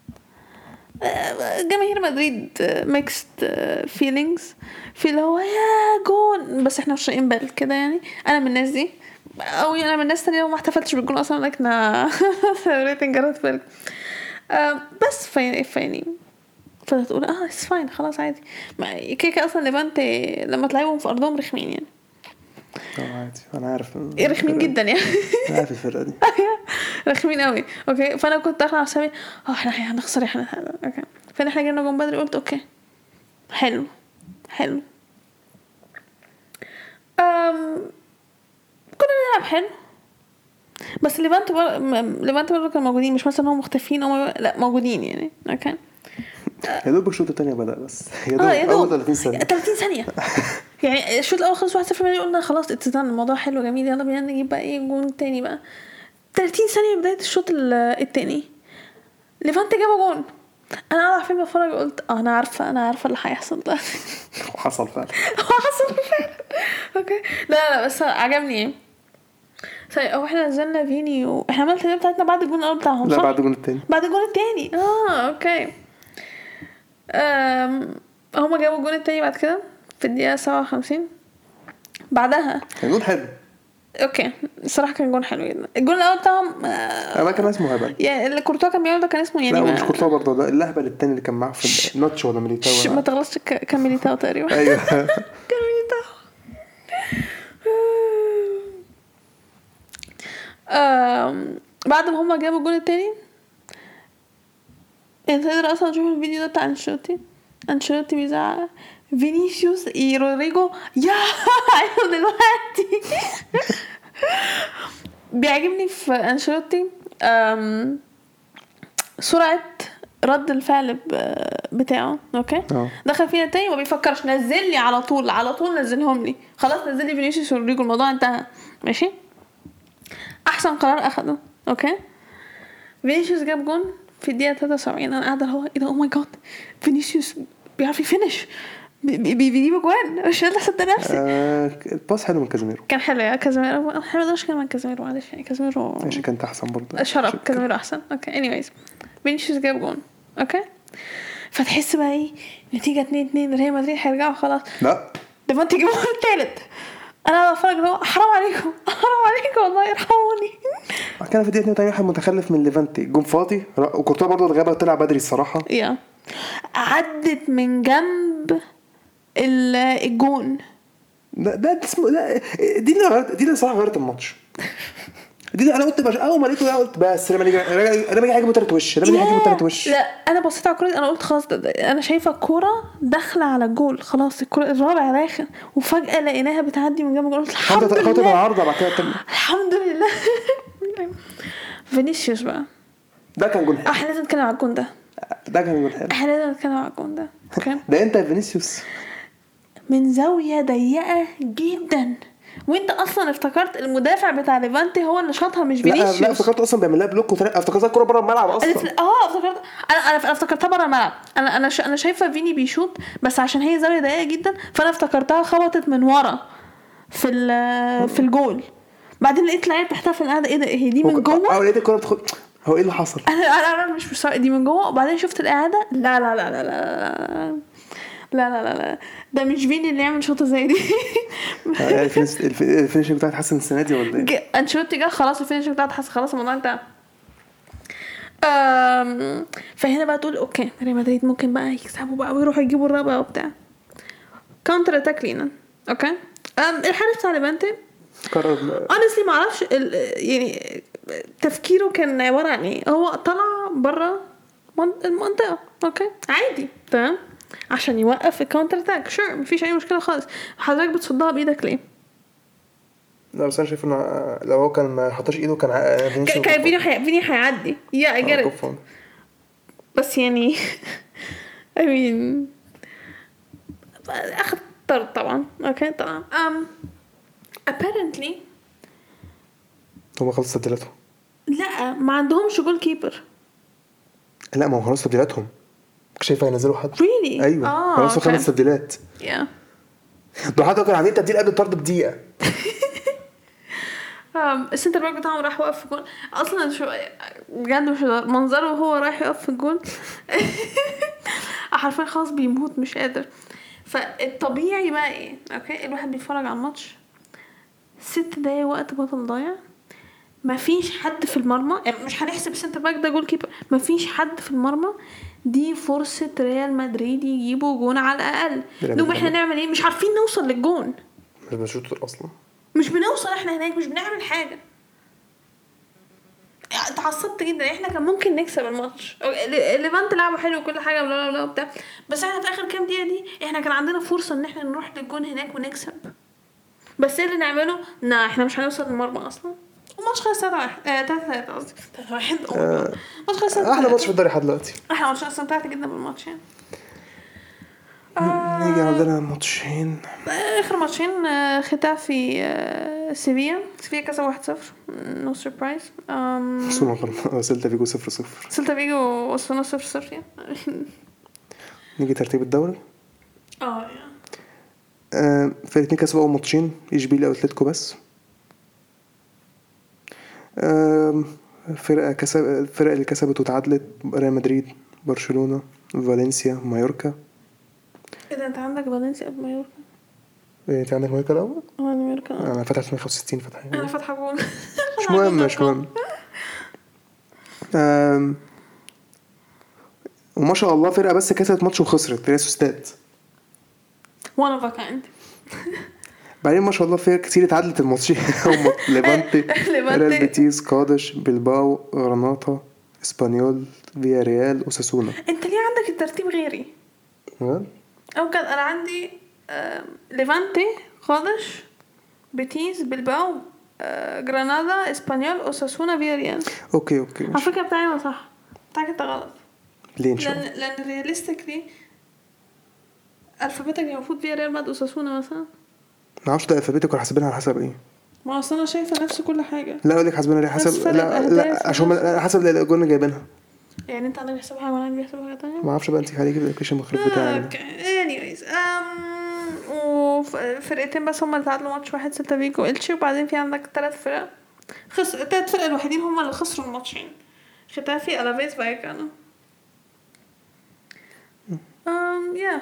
جماهير مدريد ميكست فيلينجز في اللي هو يا جون بس احنا مش رايقين بال كده يعني. انا من الناس دي او انا من الناس تانية وما احتفلتش بالجون اصلا لكن ريتنج جارث بيل بس فين فيني فتقول اه اتس فاين خلاص عادي. كيكا اصلا ليفانتي لما تلعبهم في ارضهم رخمين يعني. اه عادي انا عارف رخمين جدا يعني. انا عارف الفرقه دي رخمين قوي. اوكي فانا كنت داخله على حسابي اه احنا هنخسر احنا. اوكي فانا احنا جينا جون بدري قلت اوكي حلو حلو ام كنا بنلعب حلو بس ليفانتي بر... ليفانتي برضه كانوا موجودين مش مثلا هم مختفين او لا موجودين يعني. اوكي يا دوب الشوط الثاني بدأ بس يا دوب, آه يا دوب. اول ثلاثين ثانيه ثلاثين ثانيه يعني الشوط الاول خلص واحد صفر قلنا خلاص اتزن الموضوع حلو جميل يلا بينا نجيب بقى ايه جون تاني بقى. ثلاثين ثانيه بدايه الشوط الثاني ليفانتي جابوا جون. انا قاعده فين بفرج قلت اه انا عارفه انا عارفه اللي هيحصل ده. وحصل فعلا حصل فعلا. اوكي لا لا بس عجبني طيب هو احنا نزلنا فيني واحنا عملت التدريب بتاعتنا بعد الجون الاول بتاعهم لا صح؟ بعد الجون الثاني بعد الجون الثاني اه اوكي. امم هما جابوا الجون الثاني بعد كده في الدقيقه سبعة وخمسين. بعدها كان جون حلو. اوكي الصراحه كان جون حلو جدا. الجون الاول بتاعهم آه ما كان اسمه هبل يعني اللي كورتوا كان بيعمل ده كان اسمه يعني لا مش كورتوا برضه ده اللهبل الثاني اللي كان معاه في نوتش ولا ميليتاو ما تغلطش كان ميليتاو تقريبا. ايوه كان ميليتاو. امم بعد ما هما جابوا الجون الثاني انت تقدر اصلا تشوف الفيديو ده بتاع انشيلوتي. انشيلوتي بيزعق فينيسيوس اي رودريجو يا ايوه دلوقتي. بيعجبني في انشيلوتي امم سرعه رد الفعل بتاعه. اوكي أوه. دخل فينا تاني ما بيفكرش نزل لي على طول على طول نزلهم لي خلاص نزل لي فينيسيوس ورودريجو الموضوع انتهى ماشي. احسن قرار اخده. اوكي فينيسيوس جاب جون في الدقيقه ثلاثة وسبعين. انا قاعده هو ايه ده او ماي جاد فينيسيوس بيعرف يفنش بيجيب جوان مش قادره اصدق نفسي. آه الباس حلو من كازيميرو. كان حلو يا كازيميرو احنا ما نقدرش كلمه كازيميرو معلش يعني كازيميرو ماشي كانت احسن برضه شرب كازيميرو احسن. اوكي انيويز فينيسيوس جاب جون. اوكي فتحس بقى ايه نتيجه اتنين اتنين ريال مدريد هيرجعوا خلاص. لا ده ما انت جابوا الثالث. انا بفرج لو حرام عليكم حرام عليكم والله يرحموني. كان في الدقيقه اتنين وتلاتين واحد متخلف من ليفانتي جون فاضي وكورتوا برضه الغابه طلع بدري الصراحه. يا عدت من جنب الجون ده ده اسمه ده دي اللي دي اللي صراحه غيرت الماتش. دي انا قلت بقى اول ما لقيته قلت بس لما يجي لما يجي حاجه مترت وش لما يجي حاجه مترت وش. لا انا بصيت على الكوره انا قلت خلاص ده ده انا شايفه الكوره داخله على الجول خلاص الكوره الرابع داخل وفجاه لقيناها بتعدي من جنب الجول. الحمد لله خدت العارضه بعد كده الحمد لله. فينيسيوس بقى ده كان جول حلو. احنا لازم نتكلم على الجون ده. ده كان جول حلو. احنا لازم نتكلم على الجون ده. اوكي ده انت فينيسيوس من زاويه ضيقه جدا وانت اصلا افتكرت المدافع بتاع ليفانتي هو اللي شاطها مش فينيسيوس. لا لا افتكرت اصلا بيعمل لها بلوك وترقه افتكرت الكوره بره الملعب اصلا. اه افتكرت انا انا افتكرتها بره الملعب. انا انا انا شايفه فيني بيشوط بس عشان هي زاويه ضيقه جدا فانا افتكرتها خبطت من ورا في في الجول. بعدين لقيت لعيب تحتفل قاعده ايه ده هي دي من جوه اه لقيت الكوره بتدخل هو ايه اللي حصل. انا انا, أنا مش مش دي من جوه وبعدين شفت الاعاده لا لا لا لا لا لا لا لا لا ده مش فيني اللي يعمل شوطه زي دي. يعني الفينش الفينش بتاعت حسن السنه دي ولا ايه؟ ج- انشيلوتي جه خلاص الفينش بتاعته حس خلاص الموضوع انتهى. أم، فهنا بقى تقول اوكي ريال مدريد ممكن بقى يكسبوا بقى ويروحوا يجيبوا الرابع وبتاع كاونتر اتاك لينا. اوكي أم، الحارس بتاع ليفانتي قرر honestly ما اعرفش ال- يعني تفكيره كان عباره عن ايه. هو طلع بره المنطقه اوكي عادي تمام عشان يوقف الكاونتر اتاك شور مفيش اي مشكله خالص. حضرتك بتصدها بايدك ليه؟ لا بس انا شايف انه لو هو كان ما حطش ايده كان ع- فينيسيوس ك- كان فيني حي... فيني هيعدي يا آه، اجرب كفو. بس يعني I mean اخذ طرد طبعا اوكي طبعا um, apparently هو خلص تبديلاتهم. لا ما عندهمش جول كيبر. لا ما هو خلاص تبديلاتهم شايف هينزلوا حد really ايوه اه خلاص اوكي خمس تبديلات yeah ده حتى كانوا عاملين تبديل قبل الطرد بدقيقه. um, السنتر باك بتاعهم راح يوقف في الجول اصلا شو بجد مش هزار. منظره وهو رايح يوقف في الجول حرفيا خلاص بيموت مش قادر. فالطبيعي بقى ايه اوكي الواحد بيتفرج على الماتش ست دقايق وقت بدل ضايع مفيش حد في المرمى يعني مش هنحسب السنتر باك ده جول كيبر مفيش حد في المرمى. دي فرصة ريال مدريد يجيبوا جون على الأقل. لو احنا نعمل ايه مش عارفين نوصل للجون مش بشوط اصلا مش بنوصل احنا هناك مش بنعمل حاجة. اتعصبت جدا احنا كان ممكن نكسب الماتش ليفانت لعبوا حلو وكل حاجه بلا بلا بتاع بس احنا في اخر كام دقيقه دي احنا كان عندنا فرصه ان احنا نروح للجون هناك ونكسب. بس ايه اللي نعمله لا احنا مش هنوصل للمرمى اصلا. الماتش خلص ثلاثة واحد ثلاثة ثلاثة قصدي ثلاثة واحد الماتش خلص احلى ماتش في الدوري لحد دلوقتي. احنا ماتش استمتعت جدا بالماتش يعني. نيجي عندنا ماتشين اخر ماتشين آه، ختافي آه، سيفيا سيفيا كسب واحد صفر نو سربرايز. سونا قرن سيلتا فيجو صفر صفر سيلتا فيجو وصلنا صفر صفر يعني. نيجي ترتيب الدوري اه آه فرقتين كسبوا اول ماتشين اشبيليا واتلتيكو بس. آه فرقه كسب الفرق اللي كسبت وتعادلت ريال مدريد برشلونه فالنسيا مايوركا. اذا انت عندك فالنسيا قبل مايوركا إيه، انت عندك مايوركا الاول؟ انا مايوركا انا فتحت مية وخمسة وستين فتحه انا فاتحه جون مش مهم مش مهم. آم، وما شاء الله فرقه بس كسبت ماتش وخسرت ريال سوستاد. وانا فاكاند بعدين ما شاء الله فرق كتير اتعادلت الماتشين هم ليفانتي ريال بيتيس قادش بلباو غرناطه اسبانيول فيا ريال وساسونا. انت ليه عندك الترتيب غيري؟ تمام او كان انا عندي آه، ليفانتي قادش بيتيس بلباو آه، جرانادا اسبانيول اوساسونا فيا ريال. اوكي اوكي على ماشي. فكره بتاعي ما صح بتاعك انت غلط ليه ان شاء لان الله لان رياليستيكلي الفابيتك المفروض فيا ريال بعد اوساسونا مثلا. ما اعرفش ده الفابيتك ولا حاسبينها على حسب ايه. ما اصل انا شايفه نفس كل حاجه لا اقول لك حاسبينها على بس حسب فرق لا الأهداف لا عشان ونفس- ما- حسب الجون اللي جايبينها. يعني انت عندك بيحسبوا حاجه وانا عندي بيحسبوا حاجه تانية. ما اعرفش بقى انت خليكي في الابلكيشن المخرب بتاعك ده. anyways um وفرقتين بس هم اللي تعادلوا ماتش واحد سيلتا فيجو إلتشي وبعدين في عندك ثلاث فرق خسر ثلاث فرق الوحيدين هم اللي خسروا الماتشين ختافي ألافيز فايكانو. um yeah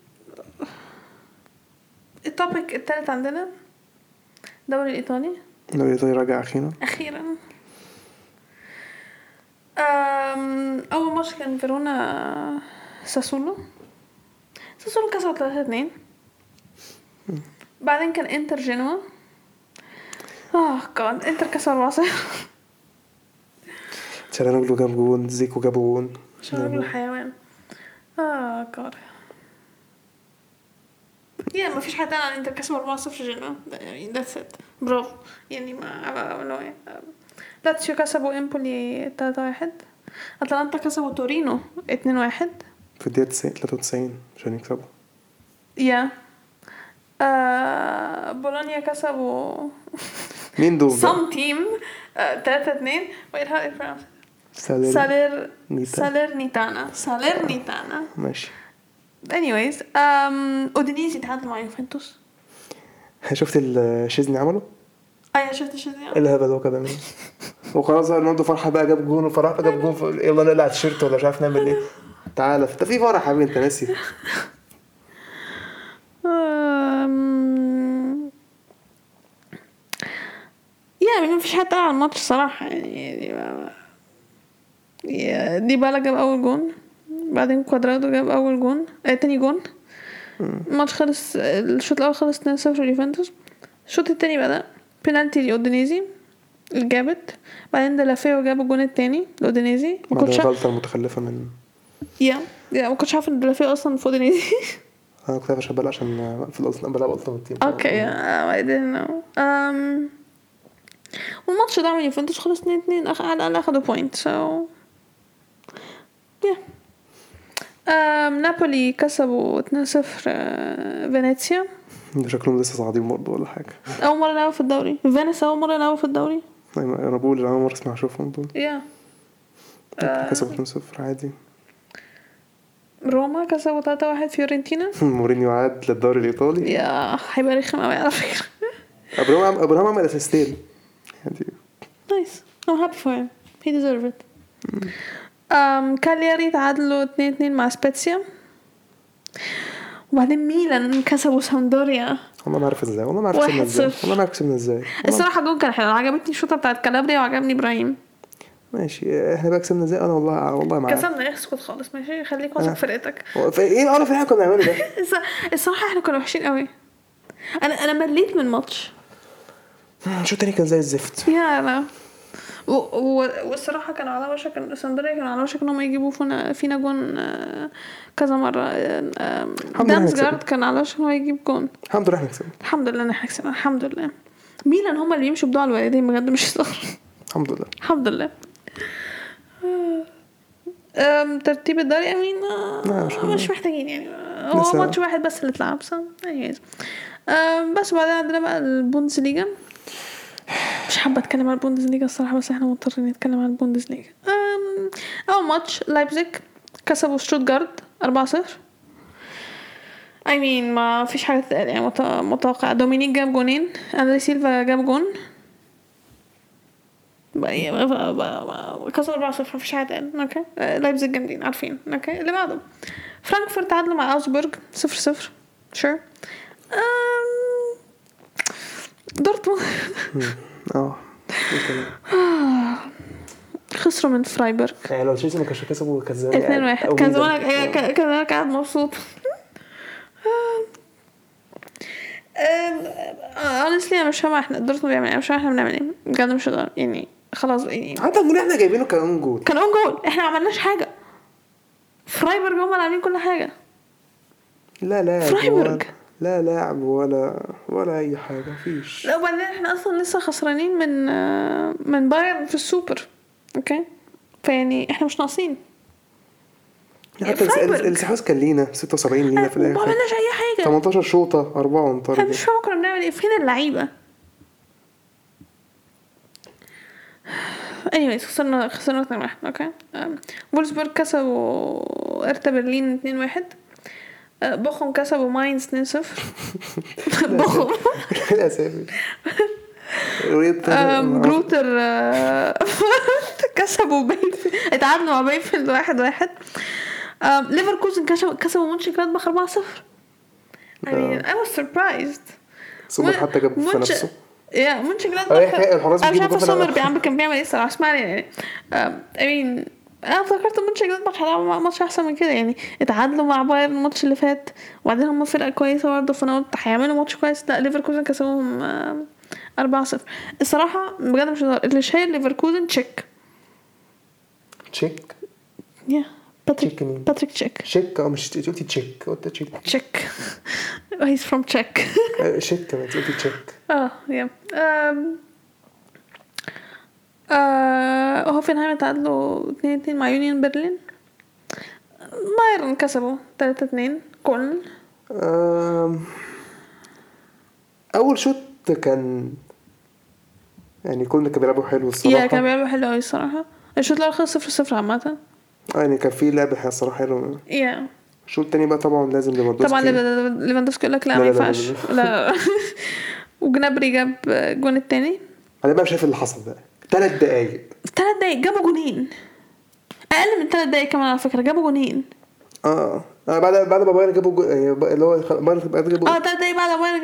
التوبيك الثالث عندنا الدوري الإيطالي الدوري الايطالي راجع اخيرا. أخيرا. um أول ماتش كان فيرونا ساسولو ساسولو كسبوا ثلاثة اثنين. بعدين كان انتر جنوا اه جاد انتر كسر أربعة صفر. تشالانوغلو جاب جون زيكو جاب جون شغل الحيوان اه جاد يا ما فيش حاجه تانية عن انتر كسبوا أربعة صفر جنوا يعني that's it برافو يعني ما نو لاتسيو كسبوا امبولي ثلاثة واحد. اتلانتا كسبوا تورينو اثنين واحد في الدقيقه ثلاثة وتسعين عشان يكسبوا. يا آه بولونيا كسبوا مين دول بقى؟ some team ثلاثة اثنين wait how do you pronounce it سالير سالير نيتا. ساليرنيتانا ساليرنيتانا ماشي. anyways um اودينيزي تعادل مع يوفنتوس. شفت الشيزني عمله ايوه شفت شو ايه الهبل هو كده مين وخلاص رونالدو فرحه بقى جاب جون وفرحه جاب جون ف- يلا نقلع التيشيرت ولا مش عارف نعمل ايه. تعالى انت في فرح يا حبيبي انت ناسي. ما فيش حد على الماتش صراحه يعني. دي ديبالا جاب اول جون, بعدين كوادرادو جاب اول جون اه تاني جون. الماتش خلص, الشوط الاول خلص اتنين صفر ليوفنتوس. الشوط التاني بدا بينالتي لاودينيزي اللي جابت, بعدين دلافيو جاب الجون التاني لاودينيزي. ما كنتش غلطه متخلفه من يا يا ما كنتش عارف ان دلافيو اصلا في اودينيزي. انا كنت عارف اشبال عشان في الاصل بلعب اصلا التيم. اوكي I didn't know. um والماتش ده من يوفنتوس خلص اتنين اتنين, على الاقل اخدوا بوينت. سو يا نابولي كسبوا اتنين صفر فينيسيا. ده شكلهم لسه صاعدين برضه ولا حاجه. اول مره يلعبوا في الدوري فينيس, اول مره يلعبوا في الدوري. انا بقول انا مره اسمع اشوفهم دول. يا كسبوا اتنين صفر عادي. روما كسبوا تلاتة واحد فيورنتينا. مورينيو عاد للدوري الايطالي. يا هيبقى رخم قوي على فكره. ابراهيم ابراهيم عمل اسيستين يعني. نايس, I'm happy for him, he deserves it. um كالياري تعادلوا اتنين اتنين مع سبيتسيا. وبعدين ميلان كسبوا ساندوريا. والله ما عارف ازاي, والله ما عارف كسبنا ازاي, والله ما عارف كسبنا ازاي. الصراحه جون كان حلو, عجبتني الشوطه بتاعت كالابريا وعجبني ابراهيم. ماشي, احنا بقى كسبنا ازاي؟ انا والله والله ما عارف. كسبنا, اسكت خالص ماشي, خليك واثق في فرقتك. في ايه انا في حاجه كنا بنعمله ده. الصراحه احنا كنا وحشين قوي. انا انا مليت من الماتش. شو تاني كان زي الزفت. يا انا و... و... والصراحه كانوا على وشك ان ساندريا كانوا على وشك انهم يجيبوا فينا فينا جون كذا مره. دامسجارد كان على وشك انه يجيب جون. الحمد لله احنا كسبنا, الحمد لله ان احنا كسبنا, الحمد لله. ميلان هم اللي يمشوا بدعاء الوالدين بجد, مش صح. الحمد لله الحمد لله. أم ترتيب الدوري امين مش, مش محتاجين يعني, هو ماتش واحد بس اللي اتلعب صح يعني. بس بعدين عندنا بقى البوندسليغا. مش حابه اتكلم عن البوندسليغا الصراحه, بس احنا مضطرين نتكلم عن البوندسليغا. اول ماتش لايبزيج كسبوا شتوتغارت أربعة صفر. I mean ما فيش حاجه تتقال يعني, متوقع. دومينيك جاب جونين, اندري سيلفا جاب جون, كسر أربعة صفر, مفيش حاجه تقال. اوكي لايبزيج جامدين عارفين. اوكي اللي بعده فرانكفورت تعادلوا مع اوزبورغ صفر صفر. شور دورتموند اه خسروا من فرايبورغ. يعني لو تشيلسي ما كانش كسبوا كان زمان اتنين واحد. كان زمان كان كان قاعد مبسوط. honestly انا مش فاهمه احنا دورتموند بيعمل ايه, مش فاهمه احنا بنعمل ايه بجد, مش قادر يعني خلاص يعني. حتى نقول احنا جايبينه كان جول, كان اون جول, احنا ما عملناش حاجه. فرايبورغ هم اللي عاملين كل حاجه. لا لا فرايبورغ لا لاعب ولا ولا اي حاجه مفيش. لا وبعدين احنا اصلا لسه خسرانين من من بايرن في السوبر. اوكي فيعني احنا مش ناقصين. حتى السحوس كان لينا ستة وسبعين لينا في الاخر, ما عملناش اي حاجه. تمنتاشر شوطه أربعة ونطرد. مش فاهمه كنا بنعمل ايه, فين اللعيبه. anyways خسرنا خسرنا اتنين واحد. اوكي وولفسبورغ كسبوا ارتا برلين اتنين واحد. بوخم كسبوا ماينز اتنين صفر. بوخم الاسامي جروتر كسبوا بينفيلد, اتعادلوا مع بينفيلد واحد واحد. ليفركوزن كسبوا مونشنجلادباخ أربعة صفر. I mean I was surprised. سومر حتى جاب في نفسه. يا مونشنجلادباخ انا مش عارفه سومر بيعمل كان بيعمل ايه صراحه, اسمعني يعني. I mean انا فكرت مونشنجلادباخ هيلعبوا ماتش احسن من كده يعني. اتعادلوا مع بايرن الماتش اللي فات, وبعدين هم فرقه كويسه برضه, فانا قلت هيعملوا ماتش كويس. لا ليفركوزن كسبوهم أربعة صفر. الصراحه بجد مش هزار, اللي شايل ليفركوزن تشيك تشيك يا باتريك باتريك تشيك تشيك او مش قلتي تشيك قلت تشيك تشيك he's from Czech. تشيك كمان قلتي تشيك. اه يا ام اه هوفنهايم تعادلوا اتنين اتنين مع يونيون برلين. بايرن كسبوا تلاتة اتنين. كولن اول شوط كان يعني كلنا كانوا بيلعبوا حلو الصراحه. يا كانوا بيلعبوا حلو قوي الصراحه. الشوط الاول خلص صفر صفر عامه يعني كان في لعب الصراحه حلو. يا الشوط الثاني بقى طبعا لازم ليفاندوفسكي. طبعا ليفاندوفسكي يقول لك لا ما ينفعش لا. وجنابري جاب جون الثاني. انا بقى شايف اللي حصل ده ثلاث دقايق ثلاث دقايق جابوا جونين, اقل من ثلاث دقايق كمان على فكره جابوا جونين. اه بعد بعد ما بايرن جابوا اللي هو بايرن جابوا اه ثلاث دقايق بعد ما بايرن جابوا جون,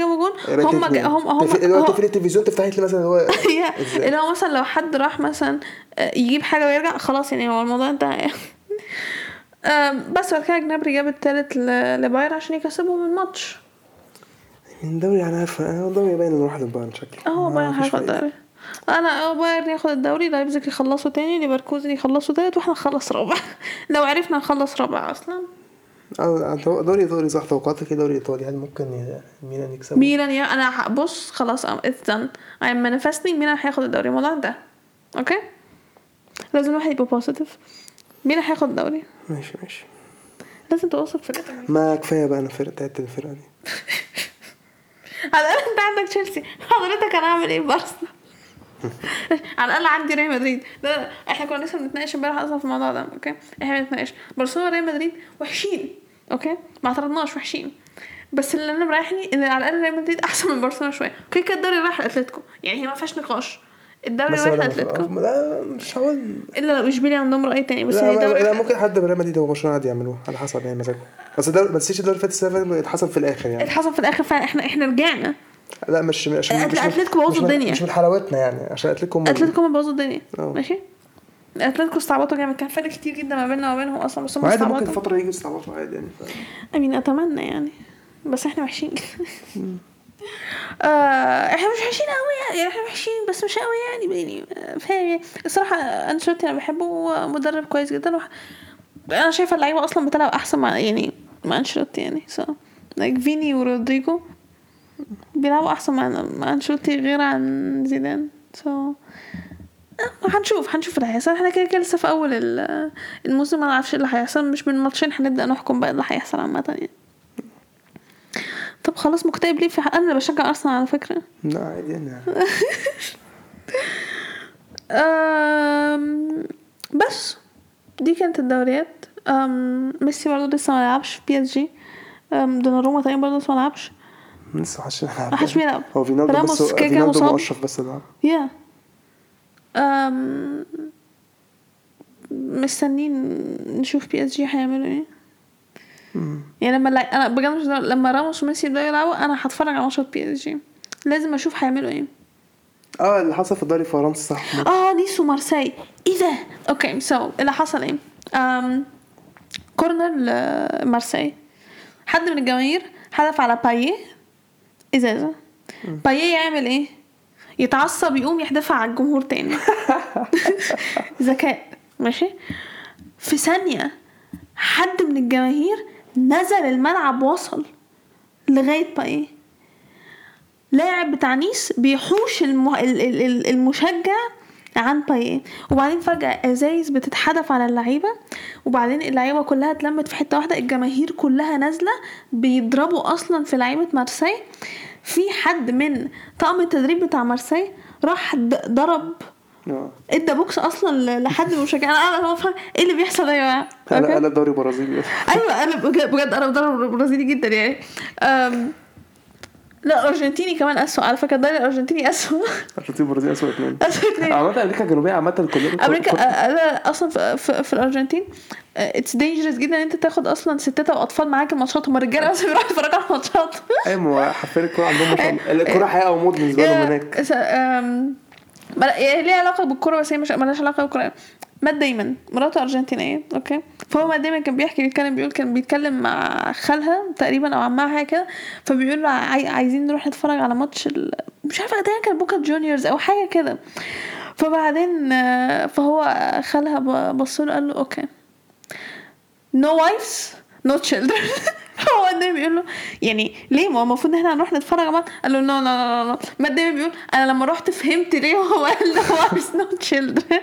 هم جا- هم هم لو هو- تقفل التلفزيون تفتحي لي مثلا هو إزاي؟ اللي هو مثلا لو حد راح مثلا آه، يجيب حاجه ويرجع خلاص يعني هو الموضوع انتهى. آم، بس بعد كده جنابري جاب التالت ل- لباير عشان يكسبهم الماتش. من دوري انا عارف انا الدوري باين انه راح للبايرن شكله اه ما بايرن فيش هياخد فايدة. الدوري. انا اه بايرن ياخد الدوري، لايبزيج يخلصوا تاني، ليفركوزن يخلصوا تالت، واحنا نخلص رابع. لو عرفنا نخلص رابع اصلا. اه دوري ايطالي صح. توقعاتك ايه دوري ايطالي؟ هل ممكن ي- ميلان يكسبوا؟ ميلان يا انا ح- بص خلاص اتس دان I'm manifesting ميلان هياخد الدوري. الموضوع ده اوكي، لازم الواحد يبقى بوزيتيف. ميلان هياخد الدوري، ماشي ماشي. لازم توثق في الفرقه. ما كفايه بقى انا فرقه بتاعت الفرقه دي. على الاقل انت عندك تشيلسي، حضرتك انا اعمل ايه بارسنال؟ على الاقل عندي ريال مدريد. ده احنا كنا لسه بنتناقش امبارح اصلا في الموضوع ده. اوكي احنا بنتناقش برشلونه وريال مدريد وحشين، اوكي ما اعترضناش وحشين، بس اللي انا مريحني ان على الاقل ريال مدريد احسن من برشلونه شويه. اوكي كده الدوري رايح لاتلتيكو، يعني هي ما فيهاش نقاش، الدوري بس رايح انا لاتلتيكو. لا مش هقول الا لو اشبيليا عندهم راي تاني، بس لا, يعني لا, الدوري لا ممكن حد من ريال مدريد وبرشلونه عادي يعملوه على حسب يعني مزاجهم. بس ده بس ايش الدوري اللي فات السنه اللي فاتت اتحسب في الاخر يعني. اتحصل في الاخر فعلا. احنا احنا رجعنا. لا مش مش مش من- اتلتيكو بوظوا مش من- الدنيا. مش من حلاوتنا يعني عشان اتلتيكو هم اتلتيكو ما بوظوا الدنيا. اه. ماشي اتلتيكو استعبطوا جامد، كان فرق كتير جدا ما بيننا وبينهم اصلا، بس هم عادي ممكن استعبطوا. فتره يجي يستعبطوا عادي يعني ف... امين اتمنى يعني، بس احنا وحشين. آه احنا مش وحشين قوي يعني، احنا وحشين بس مش قوي يعني يعني فاهم يعني. الصراحه انشيلوتي انا بحبه، هو مدرب كويس جدا، وح... انا شايفه اللعيبه اصلا بتلعب احسن مع يعني مع انشيلوتي يعني سو لايك فيني ورودريجو بيلعبوا احسن مع مع انشيلوتي غير عن زيدان. سو هنشوف هنشوف اللي هيحصل. احنا كده كده لسه في اول ال- الموسم، ما نعرفش اللي هيحصل، مش من ماتشين هنبدا نحكم بقى اللي هيحصل عامه يعني. طب خلاص مكتئب ليه؟ في حق انا بشجع ارسنال على فكره. لا عادي يعني. أم... بس دي كانت الدوريات. أم... ميسي برضه لسه ما لعبش بي اس جي. أم... دوناروما تقريبا برضه لسه ما لعبش. لسه حش محدش بيلعب. هو فينالدو بس راموس كده كده فينالدو مصاب. مؤشف بس ده يا أم... مستنين نشوف بي اس جي هيعملوا ايه. يعني لما لا... انا بجد مش لما راموس وميسي يبداوا يلعبوا انا هتفرج على ماتشات بي اس جي، لازم اشوف هيعملوا ايه. اه اللي حصل في الدوري فرنسا صح. اه نيس ومارسيل ايه ده؟ اوكي سو اللي حصل ايه؟ أم... كورنر لمارسيل، حد من الجماهير حدف على بايه ازازه. بايه يعمل ايه؟ يتعصب يقوم يحدفها على الجمهور تاني. ذكاء. ماشي في ثانيه حد من الجماهير نزل الملعب وصل لغايه بايه، لاعب بتاع نيس بيحوش المه... المشجع عن بايه، وبعدين فجأة ازايز بتتحدف على اللعيبة، وبعدين اللعيبة كلها اتلمت في حتة واحدة، الجماهير كلها نازلة بيضربوا اصلا في لعيبة مارسيل. في حد من طاقم التدريب بتاع مارسيل راح ضرب ادى بوكس اصلا لحد من المشجعين. انا انا فاهم ايه اللي بيحصل ده يا جماعه. انا انا دوري برازيلي. ايوه انا بجد بجد انا بدرب برازيلي جدا يعني. أم لا الارجنتيني كمان اسوء على فكره، الدوري الارجنتيني اسوء. الارجنتين برازيل اسوء اثنين. اسوء اثنين. عامه امريكا الجنوبيه عامه كلها امريكا انا اصلا في, في, في الارجنتين اتس دينجرس جدا ان انت تاخد اصلا ستات واطفال معاك الماتشات، هم الرجاله بس بيروحوا يتفرجوا على الماتشات. ايوه حرفيا الكوره عندهم ما شاء الله الكوره حياه وموت بالنسبه لهم هناك. هي ليها علاقه بالكوره بس هي مش مالهاش علاقه بالكوره. مات دايما مراته ارجنتينيه اوكي، فهو مات دايما كان بيحكي بيتكلم بيقول كان بيتكلم مع خالها تقريبا او عمها حاجه كده، فبيقول له عاي... عايزين نروح نتفرج على ماتش ال... مش عارفه ده كان بوكا جونيورز او حاجه كده. فبعدين فهو خالها بص له قال له اوكي no wives no children. هو دايما بيقول له يعني ليه ما هو المفروض ان احنا هنروح نتفرج على بعض. قال له نو نو نو نو. ما دايما بيقول انا لما رحت فهمت ليه هو قال له wives no children.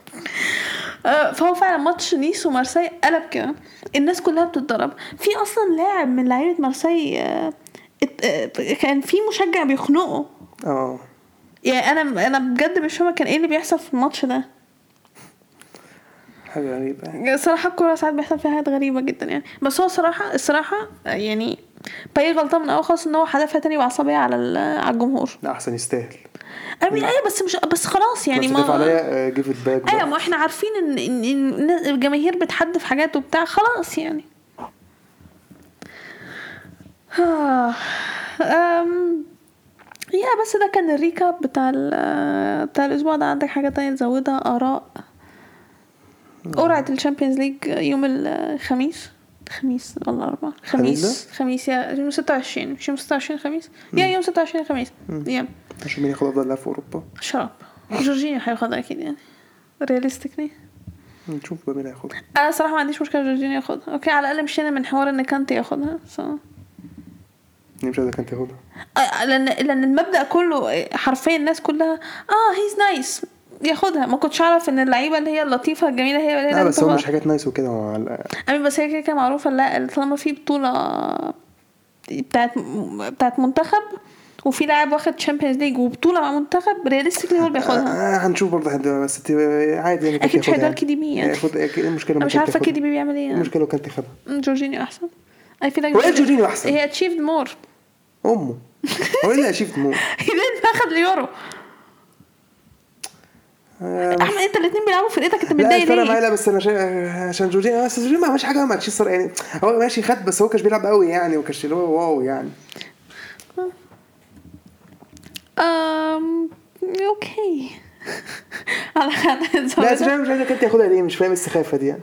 فهو فعلا ماتش نيس ومارسيل قلب كده، الناس كلها بتتضرب. في اصلا لاعب من لعيبه مارسيل كان في مشجع بيخنقه. اه يعني انا انا بجد مش فاهمه كان ايه اللي بيحصل في الماتش ده، حاجه غريبه يعني. صراحه الكوره ساعات بيحصل فيها حاجات غريبه جدا يعني. بس هو صراحه الصراحه يعني باي غلطان من اول خالص ان هو حدفها تاني بعصبيه على على الجمهور. لا احسن يستاهل. انا مين ايه بس مش بس خلاص يعني ما عليا جيف ات باك. ايوه ما احنا عارفين ان ان الجماهير بتحدف حاجات وبتاع خلاص يعني. امم يا بس ده كان الريكاب بتاع بتاع الاسبوع ده. عندك حاجه تانية تزودها؟ اراء قرعه الشامبيونز ليج يوم الخميس خميس ولا أربعة خميس خميس يا يوم ستة وعشرين مش يوم ستة وعشرين خميس يا يوم ستة وعشرين خميس يا عشان مين ياخد افضل لاعب في اوروبا؟ شراب جورجينيو هياخدها اكيد يعني رياليستيكلي. نشوف بقى مين هياخدها. انا صراحه ما عنديش مشكله جورجينيو ياخدها. اوكي على الاقل مشينا من حوار ان كانتي ياخدها so. مش عايز كانتي ياخدها لان لان المبدا كله حرفيا الناس كلها اه هيز نايس ياخدها. ما كنتش اعرف ان اللعيبه اللي هي اللطيفه الجميله هي اللي لا بس هو مش حاجات نايس وكده على امي بس هي كده معروفه. لا طالما في بطوله بتاعت بتاعت منتخب وفي لاعب واخد تشامبيونز ليج وبطوله مع منتخب رياليستيكلي هو اللي بياخدها. آه هنشوف برضه حد بس عادي يعني اكيد مش هيدور كي دي بي يعني ياخد المشكله مش عارفه كي دي بي بيعمل ايه. المشكله كانت خدها جورجينيو احسن. اي فيل لايك جورجينيو احسن. هي اتشيفد مور امه هو اللي اتشيفد مور هي اللي اخد اليورو. احمد انت الاثنين بيلعبوا في فرقتك انت متضايق ليه؟ لا معايا لا بس انا عشان جورجينيو بس جورجينيو ما عملش حاجه مع تشيلسي يعني. هو ماشي خد بس هو كانش بيلعب قوي يعني وكانش اللي هو واو يعني. امم اوكي على خاطر لا زين مش عايزه كنت ياخدها ليه مش فاهم السخافه دي يعني.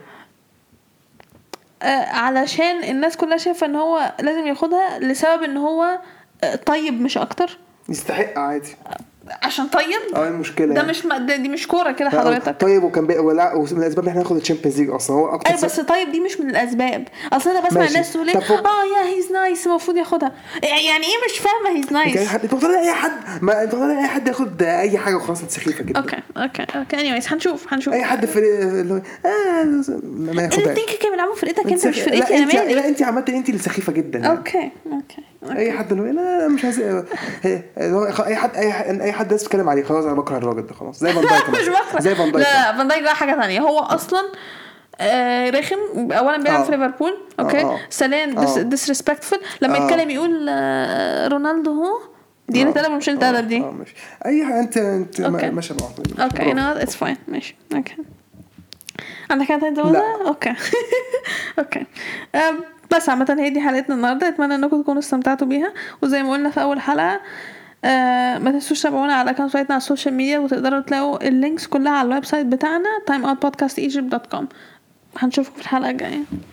آه علشان الناس كلها شايفه ان هو لازم ياخدها لسبب ان هو طيب مش اكتر. يستحق عادي عشان طيب. اه المشكله ده يعني. مش ده دي مش كوره كده حضرتك. طيب وكان بقى ولا ومن الاسباب ان احنا ناخد الشامبيونز ليج اصلا هو اكتر. اي بس طيب دي مش من الاسباب اصلا. انا بسمع الناس تقول اه يا هيز نايس المفروض ياخدها يعني ايه مش فاهمه هيز نايس. يعني حد تقول اي حد ما تقول اي حد ياخد اي حاجه وخلاص انت سخيفه كده. اوكي اوكي اوكي انيويز هنشوف هنشوف اي حد في اللي اه ما ياخدهاش. انت كده بيلعبوا فرقتك انت مش فرقتي يا مان. لا انت عملت انت اللي سخيفه جدا يعني. اوكي اوكي اي حد اللي لا مش عايز اي حد اي اي حد يتكلم عليه خلاص انا بكره الراجل ده خلاص زي فان دايك زي فان دايك. لا فان دايك ده حاجه ثانيه. هو اصلا آه رخم. اولا بيلعب آه. في ليفربول اوكي آه. ثانيا ديسريسبكتفul لما آه. يتكلم يقول آه رونالدو هو دي اللي تقلب مش انت ادب دي. اه ماشي اي حاجه انت انت ماشي معاك اوكي انا اتس فاين ماشي اوكي. عندك حاجه تزودها؟ اوكي اوكي بس عامه هي دي حلقتنا النهارده. اتمنى انكم تكونوا استمتعتوا بيها وزي ما قلنا في اول حلقه آه ما تنسوش تابعونا على اكونتاتنا على السوشيال ميديا وتقدروا تلاقوا اللينكس كلها على الويب سايت بتاعنا تايم اوت بودكاست ايجيبت دوت كوم. هنشوفكم في الحلقه الجايه.